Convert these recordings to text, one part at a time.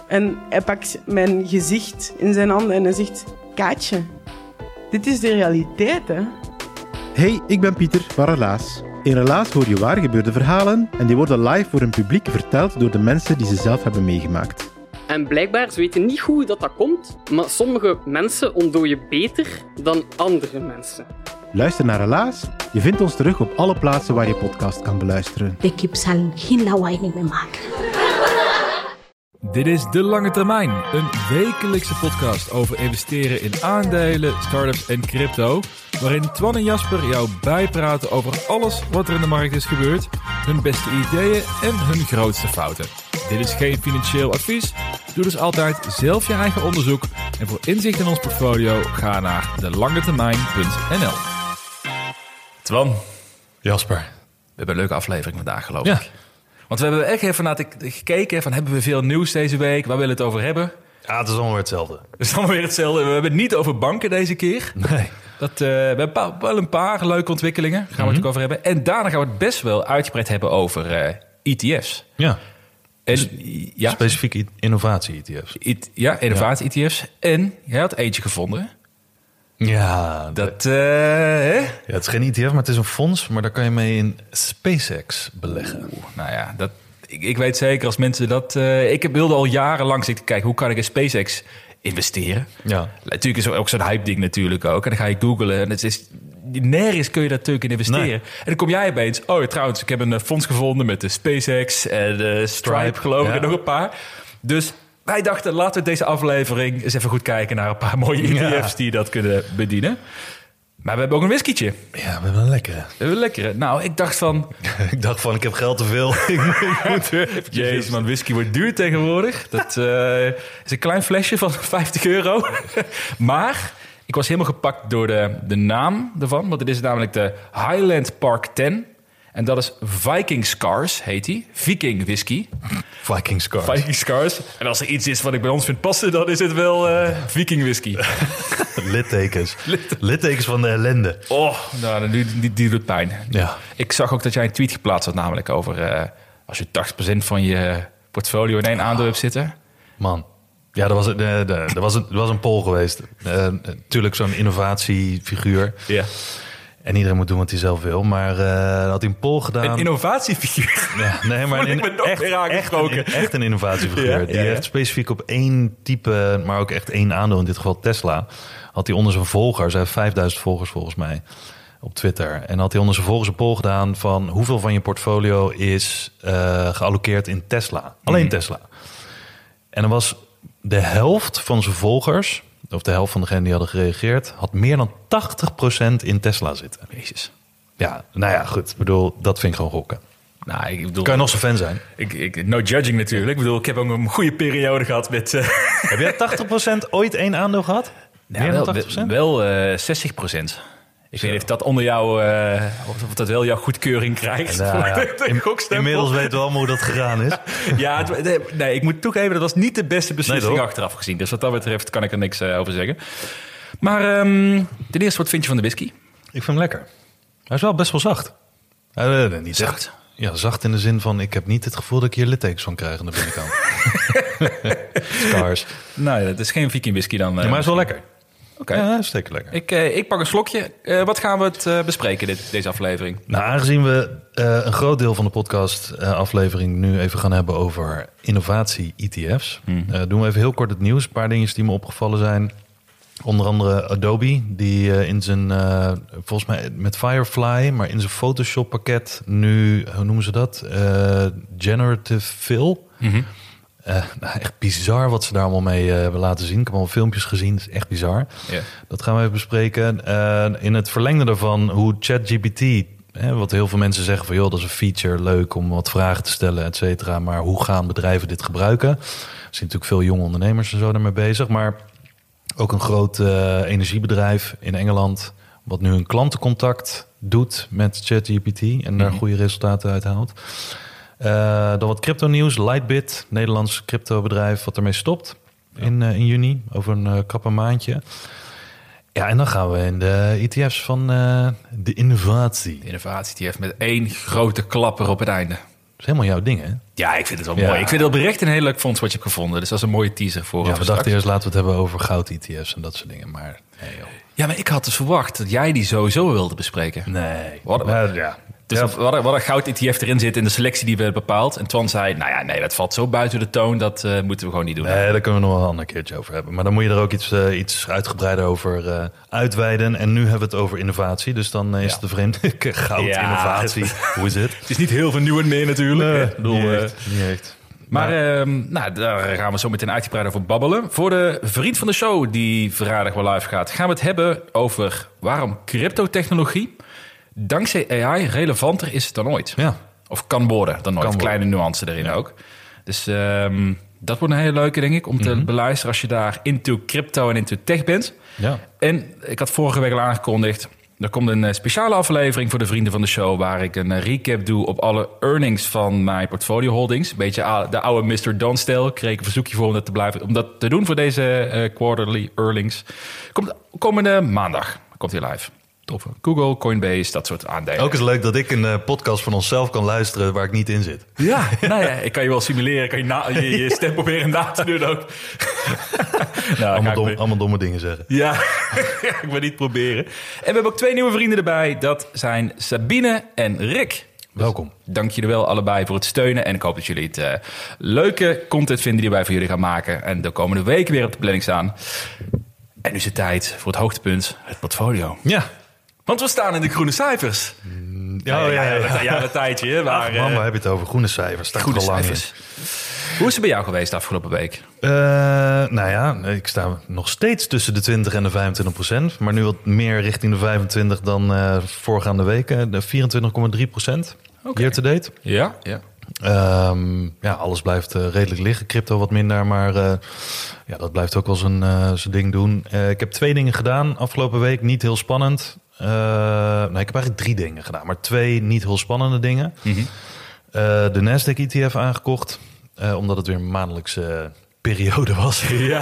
En hij pakt mijn gezicht in zijn handen en hij zegt... Kaatje, dit is de realiteit, hè? Hey, ik ben Pieter van Relaas. In Relaas hoor je waar gebeurde verhalen en die worden live voor een publiek verteld door de mensen die ze zelf hebben meegemaakt. En blijkbaar, ze weten niet hoe dat komt, maar sommige mensen ontdooien beter dan andere mensen. Luister naar Relaas. Je vindt ons terug op alle plaatsen waar je podcast kan beluisteren. De kip zal geen lawaai meer maken. Dit is De Lange Termijn, een wekelijkse podcast over investeren in aandelen, startups en crypto, waarin Twan en Jasper jou bijpraten over alles wat er in de markt is gebeurd, hun beste ideeën en hun grootste fouten. Dit is geen financieel advies, doe dus altijd zelf je eigen onderzoek en voor inzicht in ons portfolio ga naar delangetermijn.nl. Twan, Jasper. we hebben een leuke aflevering vandaag, geloof Ja. ik. Want we hebben echt even naar gekeken van hebben we veel nieuws deze week? Waar willen we het over hebben? Ja, het is allemaal weer hetzelfde. Het is allemaal weer hetzelfde. We hebben het niet over banken deze keer. Nee. We hebben wel een paar leuke ontwikkelingen. Gaan we het ook over hebben. En daarna gaan we het best wel uitgebreid hebben over ETF's. Ja. En, ja, Specifiek innovatie-ETF's. innovatie-ETF's. En jij had eentje gevonden. Ja, Hè? ja, het is geen ETF, maar het is een fonds. Maar daar kan je mee in SpaceX beleggen. Nou ja, ik weet zeker als mensen dat... ik wilde al jarenlang zitten kijken, hoe kan ik in SpaceX investeren? Ja. Natuurlijk is er ook zo'n hype ding natuurlijk ook. En dan ga je googlen en het is... Nergens kun je daar natuurlijk in investeren. Nee. En dan kom jij opeens... Oh, trouwens, ik heb een fonds gevonden met de SpaceX en de Stripe, geloof ik, en nog een paar. Dus wij dachten, laten we deze aflevering eens even goed kijken naar een paar mooie ETF's die dat kunnen bedienen. Maar we hebben ook een whiskietje. Ja, we hebben een lekkere. We hebben een lekkere. Nou, ik dacht van... ik heb geld te veel. ik moet weer eventjes... Jezus man, whisky wordt duur tegenwoordig. Dat is een klein flesje van €50. Maar ik was helemaal gepakt door de naam ervan. Want het is namelijk de Highland Park 10. En dat is Viking Scars, heet die. Viking whisky. Viking Scars. Viking Scars. En als er iets is wat ik bij ons vind passen, dan is het wel Viking whisky. Littekens. Littekens van de ellende. Oh, nou, die doet pijn. Ja. Ik zag ook dat jij een tweet geplaatst had, namelijk over... als je 80% van je portfolio in één aandeel hebt zitten. Man. Ja, er was een poll geweest. Natuurlijk zo'n innovatiefiguur. Ja. En iedereen moet doen wat hij zelf wil. Maar had hij een poll gedaan. Een innovatiefiguur. Ja, nee, maar Ik ben nog weer aangesproken. echt een innovatiefiguur. Ja, Die ja. heeft specifiek op één type, maar ook echt één aandeel, in dit geval Tesla, had hij onder zijn volgers, hij heeft 5000 volgers volgens mij op Twitter, en had hij onder zijn volgers een poll gedaan van hoeveel van je portfolio is geallokeerd in Tesla. Alleen Tesla. En dan was de helft van zijn volgers, of de helft van degenen die hadden gereageerd, had meer dan 80% in Tesla zitten. Jezus. Ja, nou ja, goed. Ik bedoel, dat vind ik gewoon gokken. Nou, ik bedoel... Kan je nog zo'n fan zijn? No judging natuurlijk. Ik bedoel, ik heb ook een goede periode gehad met... Heb jij 80% ooit één aandeel gehad? Meer dan 80%? Wel 60%. Ik weet niet of dat onder jou... of dat wel jouw goedkeuring krijgt. Nou ja, inmiddels weten we allemaal hoe dat gegaan is. Ja, nee, ik moet toegeven, dat was niet de beste beslissing Nee, toch? achteraf gezien. Dus wat dat betreft kan ik er niks over zeggen. Maar ten eerste, wat vind je van de whisky? Ik vind hem lekker. Hij is wel best wel zacht. Niet Zacht? echt. Ja, zacht in de zin van, ik heb niet het gevoel dat ik hier littekens van krijg aan de binnenkant. Scars. Nou, het is geen Viking whisky dan. Ja, maar hij is wel lekker. Oké. Ja, zeker lekker. Ik pak een slokje. Wat gaan we het bespreken, deze aflevering? Nou, aangezien we een groot deel van de podcast-aflevering nu even gaan hebben over innovatie-ETF's, doen we even heel kort het nieuws. Een paar dingetjes die me opgevallen zijn. Onder andere Adobe, die in zijn, volgens mij met Firefly, maar in zijn Photoshop pakket nu, hoe noemen ze dat? Generative Fill. Nou, echt bizar wat ze daar allemaal mee hebben laten zien. Ik heb al filmpjes gezien, dat is echt bizar. Yeah. Dat gaan we even bespreken. In het verlengde daarvan, hoe ChatGPT, wat heel veel mensen zeggen van, joh, dat is een feature, leuk om wat vragen te stellen, et cetera. Maar hoe gaan bedrijven dit gebruiken? Er zijn natuurlijk veel jonge ondernemers en zo daarmee bezig, maar ook een groot energiebedrijf in Engeland, wat nu een klantencontact doet met ChatGPT en daar goede resultaten uit haalt. Dan wat crypto nieuws. Lightbit, Nederlands cryptobedrijf, wat ermee stopt in juni, over een krappe maandje. Ja, en dan gaan we in de ETF's van de innovatie. De innovatie die heeft met één grote klapper op het einde. is helemaal jouw ding, hè? Ja, ik vind het wel Ja. mooi. Ik vind het oprecht een heel leuk fonds wat je hebt gevonden. Dus dat is een mooie teaser voor Ja, we straks. dachten eerst laten we het hebben over goud-ETF's en dat soort dingen. Maar nee, joh. Ja, maar ik had dus verwacht dat jij die sowieso wilde bespreken. Nee. Wat- Ja. Dus Ja. wat een goud-ETF erin zit in de selectie die we hebben bepaald. En Twan zei, nou ja, nee, dat valt zo buiten de toon. Dat moeten we gewoon niet doen. Nee, daar kunnen we nog wel een ander keertje over hebben. Maar dan moet je er ook iets uitgebreider over uitweiden. En nu hebben we het over innovatie. Dus dan is het de vreemde goud Ja. innovatie. Hoe is het? Het is niet heel vernieuwend meer natuurlijk. Nee, Ik bedoel, niet echt. Maar daar gaan we zo meteen uitgebreid over babbelen. Voor de vriend van de show die vrijdag wel live gaat, gaan we het hebben over waarom cryptotechnologie dankzij AI relevanter is dan ooit. Ja. Of kan worden dan ooit. Kan Kleine nuance erin ook. Dus dat wordt een hele leuke, denk ik, om te beluisteren als je daar into crypto en into tech bent. Ja. En ik had vorige week al aangekondigd, er komt een speciale aflevering voor de vrienden van de show, waar ik een recap doe op alle earnings van mijn portfolio holdings. Een beetje de oude Mr. Don-stijl. Ik kreeg een verzoekje voor om dat te doen voor deze quarterly earnings. Komt komende maandag komt hij live. Tof. Google, Coinbase, dat soort aandelen. Ook is leuk dat ik een podcast van onszelf kan luisteren waar ik niet in zit. Ja, nou ja, ik kan je wel simuleren. Kan je stem proberen na te doen ook. Nou, Allemaal domme dingen zeggen. Ja, ik wil niet proberen. En we hebben ook 2 nieuwe vrienden erbij. Dat zijn Sabine en Rick. Welkom. Dank jullie wel allebei voor het steunen. En ik hoop dat jullie het leuke content vinden die wij voor jullie gaan maken. En de komende weken weer op de planning staan. En nu is het tijd voor het hoogtepunt, het portfolio. Ja. Want we staan in de groene cijfers. Ja, een tijdje. Maar, Man, waar heb je het over? Groene cijfers. Staat groene er al lang cijfers. Hoe is het bij jou geweest de afgelopen week? Nou ja, ik sta nog steeds tussen de 20 en de 25%. Maar nu wat meer richting de 25 dan voorgaande weken. De 24,3% year to date. Ja. Alles blijft redelijk liggen. Crypto wat minder, maar dat blijft ook wel zijn ding doen. Ik heb 2 dingen gedaan afgelopen week. Niet heel spannend. Ik heb eigenlijk 3 dingen gedaan, maar 2 niet heel spannende dingen. De Nasdaq ETF aangekocht, omdat het weer een maandelijkse periode was. Ja,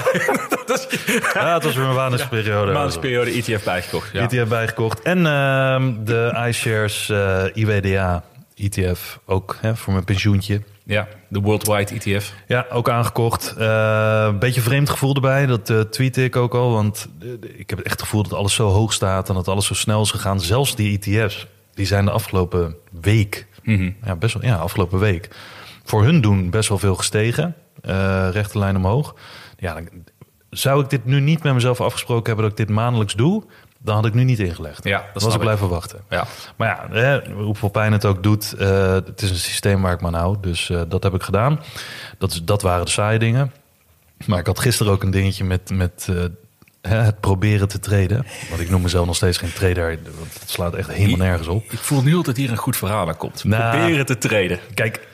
het was weer een maandelijkse periode. Maandelijkse ETF bijgekocht. Ja. ETF bijgekocht. En de iShares IWDA ETF ook voor mijn pensioentje. Ja, de Worldwide ETF. Ja, ook aangekocht. Een beetje vreemd gevoel erbij. Dat tweette ik ook al. Want ik heb echt het gevoel dat alles zo hoog staat en dat alles zo snel is gegaan. Zelfs die ETF's, die zijn de afgelopen week, afgelopen week, voor hun doen best wel veel gestegen. Rechte lijn omhoog. Ja, dan zou ik dit nu niet met mezelf afgesproken hebben dat ik dit maandelijks doe, dan had ik nu niet ingelegd. Ja, dat was ik blijven wachten. Ja. Maar hoeveel pijn het ook doet, het is een systeem waar ik me aan hou. Dus dat heb ik gedaan. Dat waren de saaie dingen. Maar ik had gisteren ook een dingetje met het proberen te traden. Want ik noem mezelf nog steeds geen trader. Want het slaat echt helemaal nergens op. Ik voel nu al dat hier een goed verhaal aan komt. Proberen te traden. Kijk,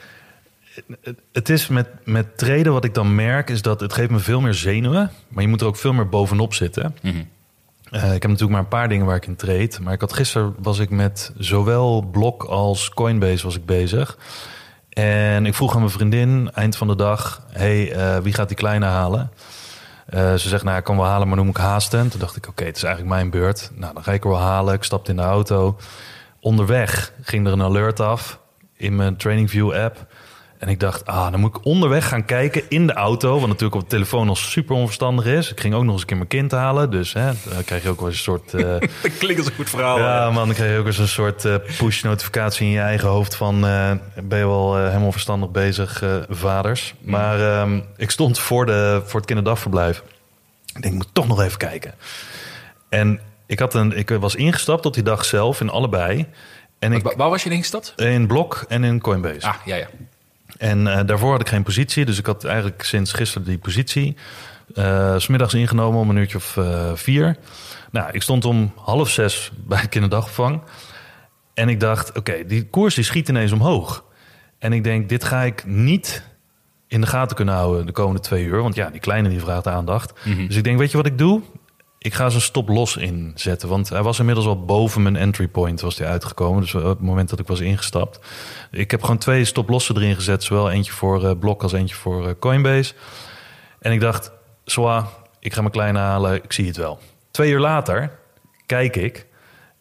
het is met traden wat ik dan merk, is dat het geeft me veel meer zenuwen. Maar je moet er ook veel meer bovenop zitten. Ik heb natuurlijk maar een paar dingen waar ik in trade. Maar gisteren was ik met zowel Block als Coinbase was ik bezig. En ik vroeg aan mijn vriendin eind van de dag, wie gaat die kleine halen? Ze zegt, ik kan wel halen, maar dan moet ik haasten. Toen dacht ik, oké, het is eigenlijk mijn beurt. Nou, dan ga ik er wel halen. Ik stapte in de auto. Onderweg ging er een alert af in mijn TradingView app. En ik dacht, dan moet ik onderweg gaan kijken in de auto. Wat natuurlijk op de telefoon al super onverstandig is. Ik ging ook nog eens een keer mijn kind halen. Dus dan krijg je ook wel eens een soort... Dat klinkt als een goed verhaal. Ja, man, dan krijg je ook eens een soort push-notificatie in je eigen hoofd van... ben je wel helemaal verstandig bezig, vaders. Maar ik stond voor het kinderdagverblijf. Ik denk, ik moet toch nog even kijken. En ik was ingestapt op die dag zelf in allebei. En waar was je ingestapt? In Block en in Coinbase. Ja. En daarvoor had ik geen positie. Dus ik had eigenlijk sinds gisteren die positie. 's middags ingenomen om een uurtje of 4. Nou, ik stond om 5:30 bij het kinderdagopvang. En ik dacht, oké, die koers die schiet ineens omhoog. En ik denk, dit ga ik niet in de gaten kunnen houden de komende 2 uur. Want die kleine die vraagt aandacht. Dus ik denk, weet je wat ik doe? Ik ga zijn stop-loss inzetten. Want hij was inmiddels al boven mijn entry point was hij uitgekomen. Dus op het moment dat ik was ingestapt. Ik heb gewoon 2 stop-lossen erin gezet. Zowel eentje voor Block als eentje voor Coinbase. En ik dacht, ik ga mijn kleine halen. Ik zie het wel. 2 uur later kijk ik.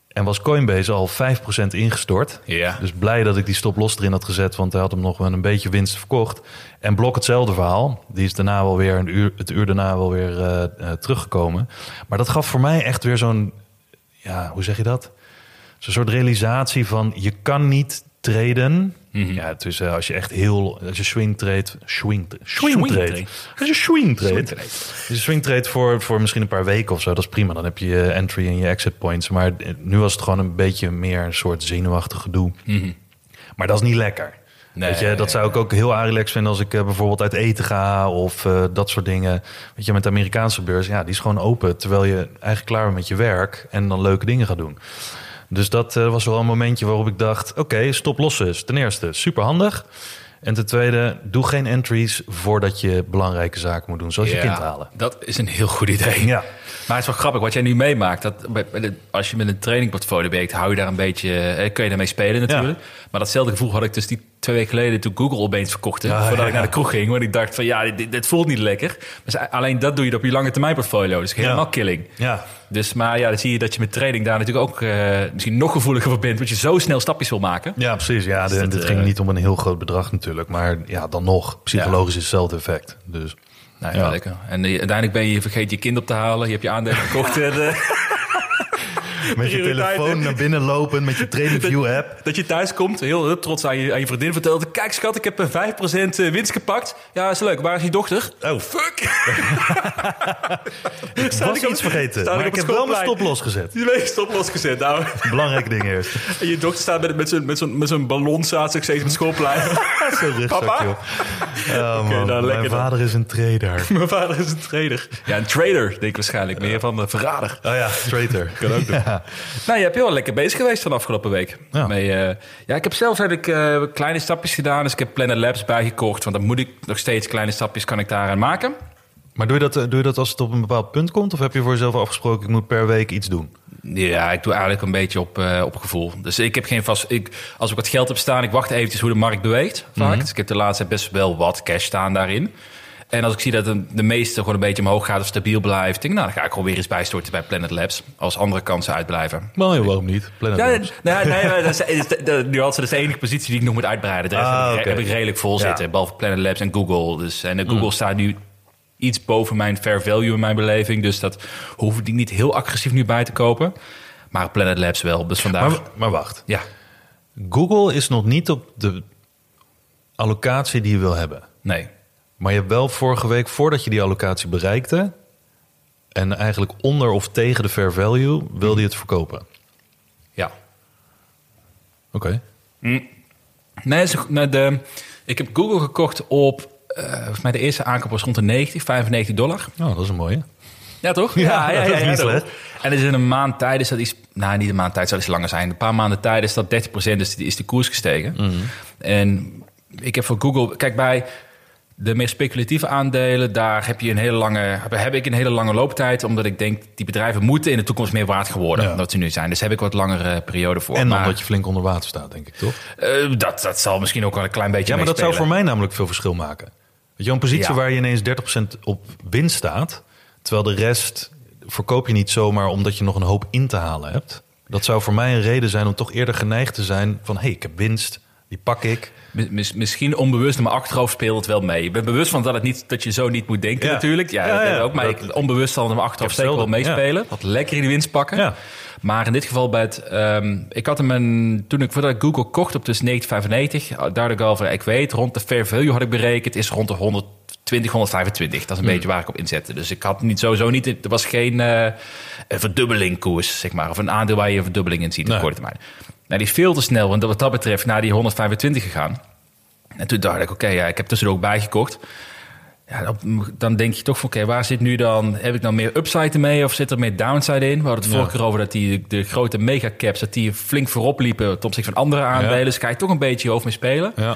En was Coinbase al 5% ingestort. Ja. Dus blij dat ik die stop-loss erin had gezet, want hij had hem nog wel een beetje winst verkocht. En Block hetzelfde verhaal. Die is daarna wel weer het uur daarna wel weer teruggekomen. Maar dat gaf voor mij echt weer zo'n, ja, hoe zeg je dat? Zo'n soort realisatie van, je kan niet traden. Mm-hmm. Ja, dus als je echt als je swing trade. Als je swing trade voor misschien een paar weken of zo, dat is prima. Dan heb je je entry en je exit points. Maar nu was het gewoon een beetje meer een soort zenuwachtig gedoe. Mm-hmm. Maar dat is niet lekker. Nee, weet je, dat zou ik ook heel relaxed vinden als ik bijvoorbeeld uit eten ga of dat soort dingen. Weet je, met de Amerikaanse beurs, ja, die is gewoon open terwijl je eigenlijk klaar bent met je werk en dan leuke dingen gaat doen. Dus dat was wel een momentje waarop ik dacht, oké, stop lossen is ten eerste super handig. En ten tweede, doe geen entries voordat je belangrijke zaken moet doen, zoals je kind halen. Dat is een heel goed idee. Ja. Maar het is wel grappig wat jij nu meemaakt. Dat als je met een trainingportfolio werkt, hou je daar een beetje, kun je daarmee spelen natuurlijk. Ja. Maar datzelfde gevoel had ik dus die 2 weken geleden toen Google opeens verkochten. Voordat ik naar de kroeg ging. Want ik dacht van ja, dit voelt niet lekker. Maar alleen dat doe je op je lange termijn portfolio. Dus helemaal killing. Ja. Dus maar ja, dan zie je dat je met trading daar natuurlijk ook misschien nog gevoeliger voor bent. Want je zo snel stapjes wil maken. Ja, precies. Ja, dus dit ging niet om een heel groot bedrag natuurlijk. Maar ja, dan nog. Psychologisch is hetzelfde effect. Dus nou ja, lekker. En uiteindelijk vergeet je kind op te halen. Je hebt je aandelen gekocht. Met je telefoon naar binnen lopen, met je TradingView-app. Dat je thuis komt, heel trots aan je vriendin vertelt. Kijk schat, ik heb 5% winst gepakt. Ja, is leuk. Waar is je dochter? Oh, fuck! Ik was iets vergeten, maar ik heb wel mijn stop-loss gezet. Je hebt stop-loss gezet, nou. Belangrijke dingen eerst. En je dochter staat met zo'n ballon, staat ze steeds op schoolplein. Zo'n rugzak, joh. Oh, man. Nou, mijn vader is een trader. Mijn vader is een trader. Ja, een trader, denk ik waarschijnlijk. Meer van verrader. Oh ja, trader. Kan ook doen. Ja. Nou, je hebt heel wel lekker bezig geweest van de afgelopen week. Ja. Ik heb zelf kleine stapjes gedaan. Dus ik heb Planet Labs bijgekocht. Want dan moet ik nog steeds kleine stapjes kan ik daaraan maken. Maar doe je dat als het op een bepaald punt komt? Of heb je voor jezelf afgesproken, ik moet per week iets doen? Ja, ik doe eigenlijk een beetje op gevoel. Dus ik heb geen vast... als ik wat geld heb staan, ik wacht eventjes hoe de markt beweegt. Vaak. Mm-hmm. Dus ik heb de laatste best wel wat cash staan daarin. En als ik zie dat de meeste gewoon een beetje omhoog gaat of stabiel blijft, denk ik, nou, dan ga ik gewoon weer eens bijstorten bij Planet Labs. Als andere kansen uitblijven. Maar waarom niet? Planet Labs. Nu had ze de enige positie die ik nog moet uitbreiden. De rest heb ik redelijk vol zitten. Behalve Planet Labs en Google. Dus, en Google staat nu iets boven mijn fair value in mijn beleving. Dus dat hoef ik niet heel agressief nu bij te kopen. Maar Planet Labs wel. Dus vandaag... Maar wacht. Ja. Google is nog niet op de allocatie die je wil hebben. Nee. Maar je hebt wel vorige week, voordat je die allocatie bereikte, en eigenlijk onder of tegen de fair value, wilde je het verkopen. Ja. Oké. Nee, ik heb Google gekocht op, volgens mij de eerste aankoop was rond de $95. Oh, dat is een mooie. Ja, toch? Ja, dat is niet slecht. En dus in een maand tijd is dat iets... Nou, niet een maand tijd, zou iets langer zijn. Een paar maanden tijd is dat 30%, dus is de koers gestegen. Mm-hmm. En ik heb voor Google... Kijk, bij de meer speculatieve aandelen, daar heb ik een hele lange looptijd, omdat ik denk, die bedrijven moeten in de toekomst meer waard geworden dan dat ze nu zijn. Dus heb ik wat langere periode voor. En omdat je flink onder water staat, denk ik, toch? Dat zal misschien ook wel een klein beetje maar dat spelen. zou voor mij namelijk veel verschil maken. Weet je, een positie waar je ineens 30% op winst staat, terwijl de rest verkoop je niet zomaar omdat je nog een hoop in te halen hebt. Dat zou voor mij een reden zijn om toch eerder geneigd te zijn van, hey, ik heb winst, die pak ik. Misschien onbewust, maar achterhoofd speelt het wel mee. Ik ben bewust van dat je zo niet moet denken natuurlijk. Ja, ook, maar onbewust zal het mijn achterhoofd zeker wel meespelen. Wat lekker in die winst pakken. Ja. Maar in dit geval bij het... ik had hem voordat ik Google kocht op dus 1995, daar ik al van, ik weet, rond de fair value had ik berekend, is rond de 120, 125. Dat is een beetje waar ik op inzette. Dus ik had sowieso niet... Er was geen verdubbeling koers, zeg maar. Of een aandeel waar je een verdubbeling in ziet op korte termijn. Nou, die is veel te snel, want wat dat betreft naar die 125 gegaan. En toen dacht ik, ik heb tussendoor ook bijgekocht. Ja, dan denk je toch van, waar zit nu dan... Heb ik dan meer upside ermee of zit er meer downside in? We hadden het vorige keer over dat de grote megacaps, dat die flink voorop liepen ten opzichte van andere aandelen. Dus ga je toch een beetje je hoofd mee spelen. Ja.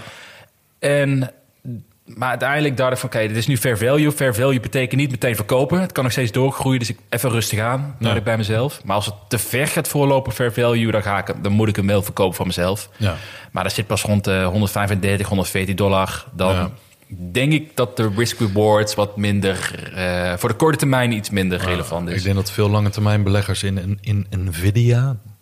Maar uiteindelijk dacht ik van, dit is nu fair value. Fair value betekent niet meteen verkopen. Het kan nog steeds doorgroeien, dus ik even rustig aan. Dacht ik bij mezelf. Maar als het te ver gaat voorlopen, fair value, dan moet ik hem wel verkopen van mezelf. Ja. Maar dat zit pas rond $135, $140. Dan denk ik dat de risk-rewards wat minder... voor de korte termijn iets minder relevant is. Ik denk dat veel lange termijn beleggers in Nvidia,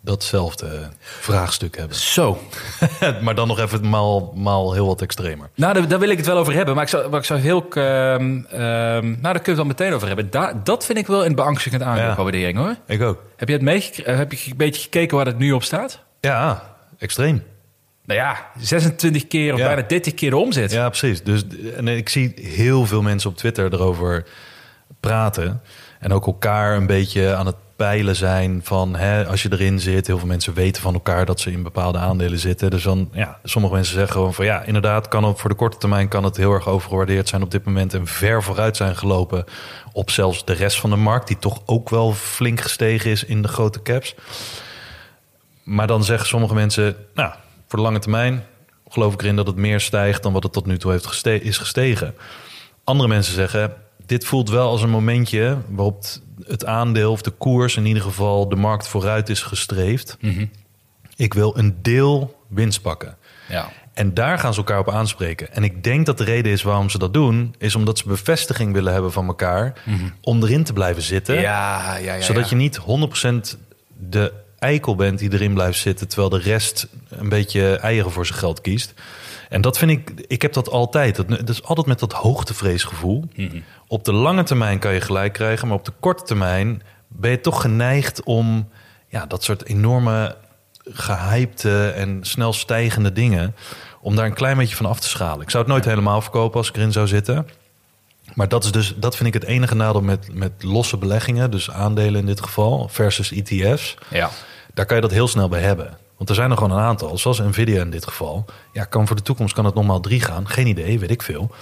datzelfde vraagstuk hebben. Zo. Maar dan nog even maal heel wat extremer. Nou, daar wil ik het wel over hebben. Maar ik zou heel... daar kunnen we het dan meteen over hebben. Dat vind ik wel een beangstigend aankoopwaardering, hoor. Ik ook. Heb je het heb je een beetje gekeken waar het nu op staat? Ja, extreem. Nou ja, 26 keer of bijna 30 keer de omzet. Ja, precies. Dus, en ik zie heel veel mensen op Twitter erover praten. En ook elkaar een beetje aan het peilen zijn van... als je erin zit, heel veel mensen weten van elkaar... dat ze in bepaalde aandelen zitten. Dus dan, sommige mensen zeggen gewoon van... inderdaad, voor de korte termijn kan het heel erg overgewaardeerd zijn op dit moment... en ver vooruit zijn gelopen op zelfs de rest van de markt... die toch ook wel flink gestegen is in de grote caps. Maar dan zeggen sommige mensen... voor de lange termijn geloof ik erin dat het meer stijgt... dan wat het tot nu toe is gestegen. Andere mensen zeggen... dit voelt wel als een momentje waarop het aandeel of de koers... in ieder geval de markt vooruit is gestreefd. Mm-hmm. Ik wil een deel winst pakken. Ja. En daar gaan ze elkaar op aanspreken. En ik denk dat de reden is waarom ze dat doen... is omdat ze bevestiging willen hebben van elkaar... Mm-hmm. om erin te blijven zitten. Zodat je niet 100% de eikel bent die erin blijft zitten... terwijl de rest een beetje eieren voor zijn geld kiest... En dat vind ik heb dat altijd. Dat is altijd met dat hoogtevreesgevoel. Mm-hmm. Op de lange termijn kan je gelijk krijgen... maar op de korte termijn ben je toch geneigd om... dat soort enorme gehypte en snel stijgende dingen... om daar een klein beetje van af te schalen. Ik zou het nooit helemaal verkopen als ik erin zou zitten. Maar dat vind ik het enige nadeel met losse beleggingen... dus aandelen in dit geval, versus ETF's. Ja. Daar kan je dat heel snel bij hebben... Want er zijn er gewoon een aantal, zoals Nvidia in dit geval. Kan voor de toekomst kan het nog maar 3 gaan. Geen idee, weet ik veel.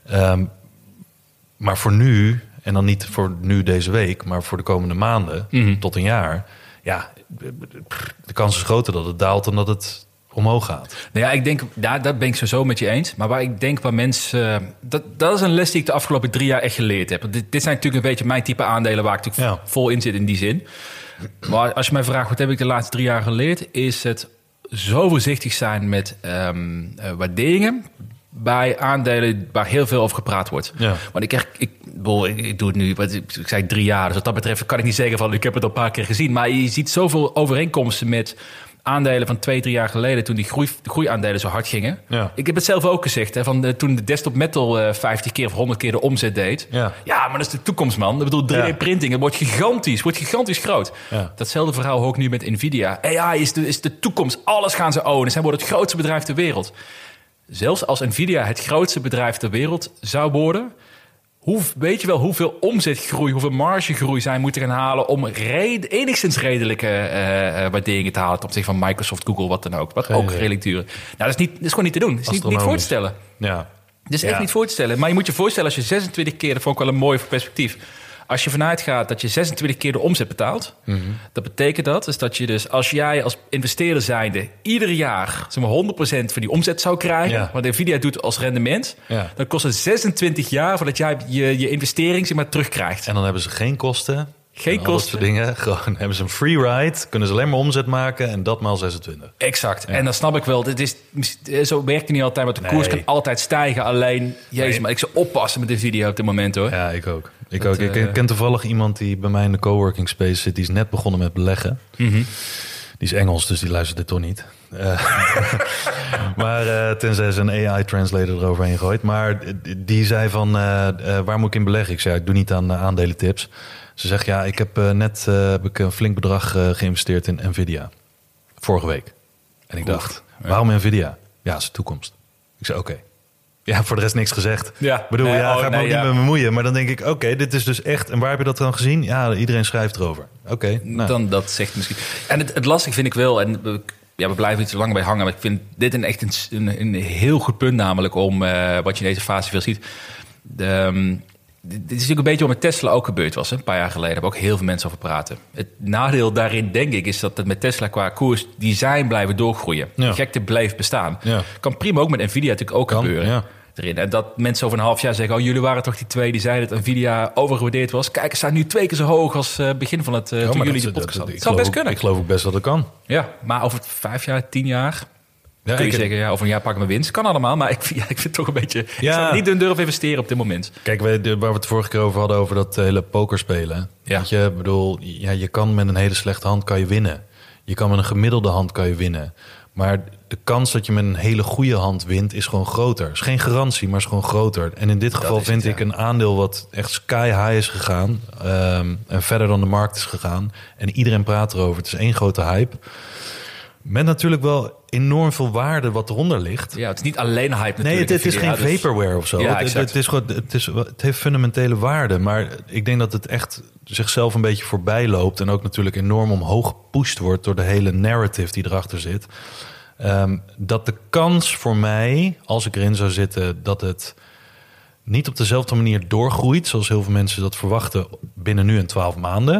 Maar voor nu, en dan niet voor nu deze week... maar voor de komende maanden tot een jaar... de kans is groter dat het daalt dan dat het omhoog gaat. Nou ja, ik denk, dat ben ik sowieso met je eens. Maar waar ik denk waar mensen... Dat is een les die ik de afgelopen 3 jaar echt geleerd heb. Dit zijn natuurlijk een beetje mijn type aandelen... waar ik natuurlijk vol in zit in die zin... Maar als je mij vraagt, wat heb ik de laatste 3 jaar geleerd... is het zo voorzichtig zijn met waarderingen... bij aandelen waar heel veel over gepraat wordt. Ja. Want ik doe het nu, ik zei 3 jaar... dus wat dat betreft kan ik niet zeggen van... ik heb het al een paar keer gezien. Maar je ziet zoveel overeenkomsten met... aandelen van 2-3 jaar geleden... toen die groeiaandelen zo hard gingen. Ja. Ik heb het zelf ook gezegd. Hè, toen de desktop metal 50 keer of 100 keer de omzet deed. Ja, maar dat is de toekomst, man. Ik bedoel, 3D-printing, het wordt gigantisch groot. Ja. Datzelfde verhaal hoor ik nu met Nvidia. AI is de toekomst. Alles gaan ze ownen. Zij worden het grootste bedrijf ter wereld. Zelfs als Nvidia het grootste bedrijf ter wereld zou worden... weet je wel hoeveel omzetgroei, hoeveel margegroei zij moeten gaan halen... om enigszins redelijke waarderingen te halen... ten opzichte van Microsoft, Google, wat dan ook. Wat ook redelijk duren. Nou, dat is gewoon niet te doen. Dat is niet voor te stellen. Ja. Het is echt niet voor te stellen. Maar je moet je voorstellen, als je 26 keer... dat vond ik wel een mooi perspectief... Als je vanuit gaat dat je 26 keer de omzet betaalt... Mm-hmm. Dat betekent dat je dus als jij als investeerder zijnde... ieder jaar zeg maar 100% van die omzet zou krijgen... wat Nvidia doet als rendement... dan kost het 26 jaar voordat jij je investering zeg maar, terugkrijgt. En dan hebben ze geen kosten... Geen kosten. Dat soort dingen. Gewoon hebben ze een free ride. Kunnen ze alleen maar omzet maken. En dat maal 26. Exact. Ja. En dan snap ik wel. Zo werkt het niet altijd. Want de koers kan altijd stijgen. Alleen, maar ik zou oppassen met de video op dit moment hoor. Ja, ik ook. Ik ken toevallig iemand die bij mij in de coworking space zit. Die is net begonnen met beleggen. Mm-hmm. Die is Engels, dus die luistert dit toch niet. Maar tenzij ze een AI-translator eroverheen gooit. Maar die zei van, waar moet ik in beleggen? Ik zei, ik doe niet aan aandelentips. Ze zegt, ik heb net een flink bedrag geïnvesteerd in Nvidia. Vorige week. En ik dacht, waarom Nvidia? Ja, dat is de toekomst. Ik zei, oké. Ja, voor de rest niks gezegd. Ja. Ik bedoel, ga ik me ook niet mee bemoeien. Maar dan denk ik, oké, dit is dus echt... En waar heb je dat dan gezien? Ja, iedereen schrijft erover. Oké. Nou. Dan dat zegt misschien... En het lastig vind ik wel... En we blijven niet zo lang bij hangen. Maar ik vind dit echt een heel goed punt namelijk... om wat je in deze fase veel ziet... Dit is natuurlijk een beetje wat met Tesla ook gebeurd was. Een paar jaar geleden hebben ook heel veel mensen over praten. Het nadeel daarin, denk ik, is dat het met Tesla qua koers... die zijn blijven doorgroeien. Ja. De gekte bleef bestaan. Ja. Kan prima ook met Nvidia natuurlijk ook gebeuren. Ja. Erin. En dat mensen over een half jaar zeggen... jullie waren toch die 2 die zeiden dat Nvidia overgewaardeerd was. Kijk, het staat nu 2 keer zo hoog als begin van het... toen jullie de podcast hadden. Het zou best kunnen. Ik geloof ook best dat het kan. Ja, maar over 5 jaar, 10 jaar... Ja, kun je zeggen, over een jaar pakken we winst. Kan allemaal, maar ik vind het toch een beetje... Ik zou niet durven investeren op dit moment. Kijk, waar we het vorige keer over hadden... over dat hele pokerspelen. Ja. Weet je, bedoel, je kan met een hele slechte hand kan je winnen. Je kan met een gemiddelde hand kan je winnen. Maar de kans dat je met een hele goede hand wint is gewoon groter. Is geen garantie, maar is gewoon groter. En in dit geval vind ik een aandeel wat echt sky high is gegaan. En verder dan de markt is gegaan. En iedereen praat erover. Het is één grote hype. Met natuurlijk wel enorm veel waarde wat eronder ligt. Ja, het is niet alleen hype natuurlijk. Nee, het is geen vaporware of zo. Ja, het heeft fundamentele waarde. Maar ik denk dat het echt zichzelf een beetje voorbij loopt. En ook natuurlijk enorm omhoog gepusht wordt door de hele narrative die erachter zit. Dat de kans voor mij, als ik erin zou zitten, dat het niet op dezelfde manier doorgroeit, zoals heel veel mensen dat verwachten binnen nu en 12 maanden,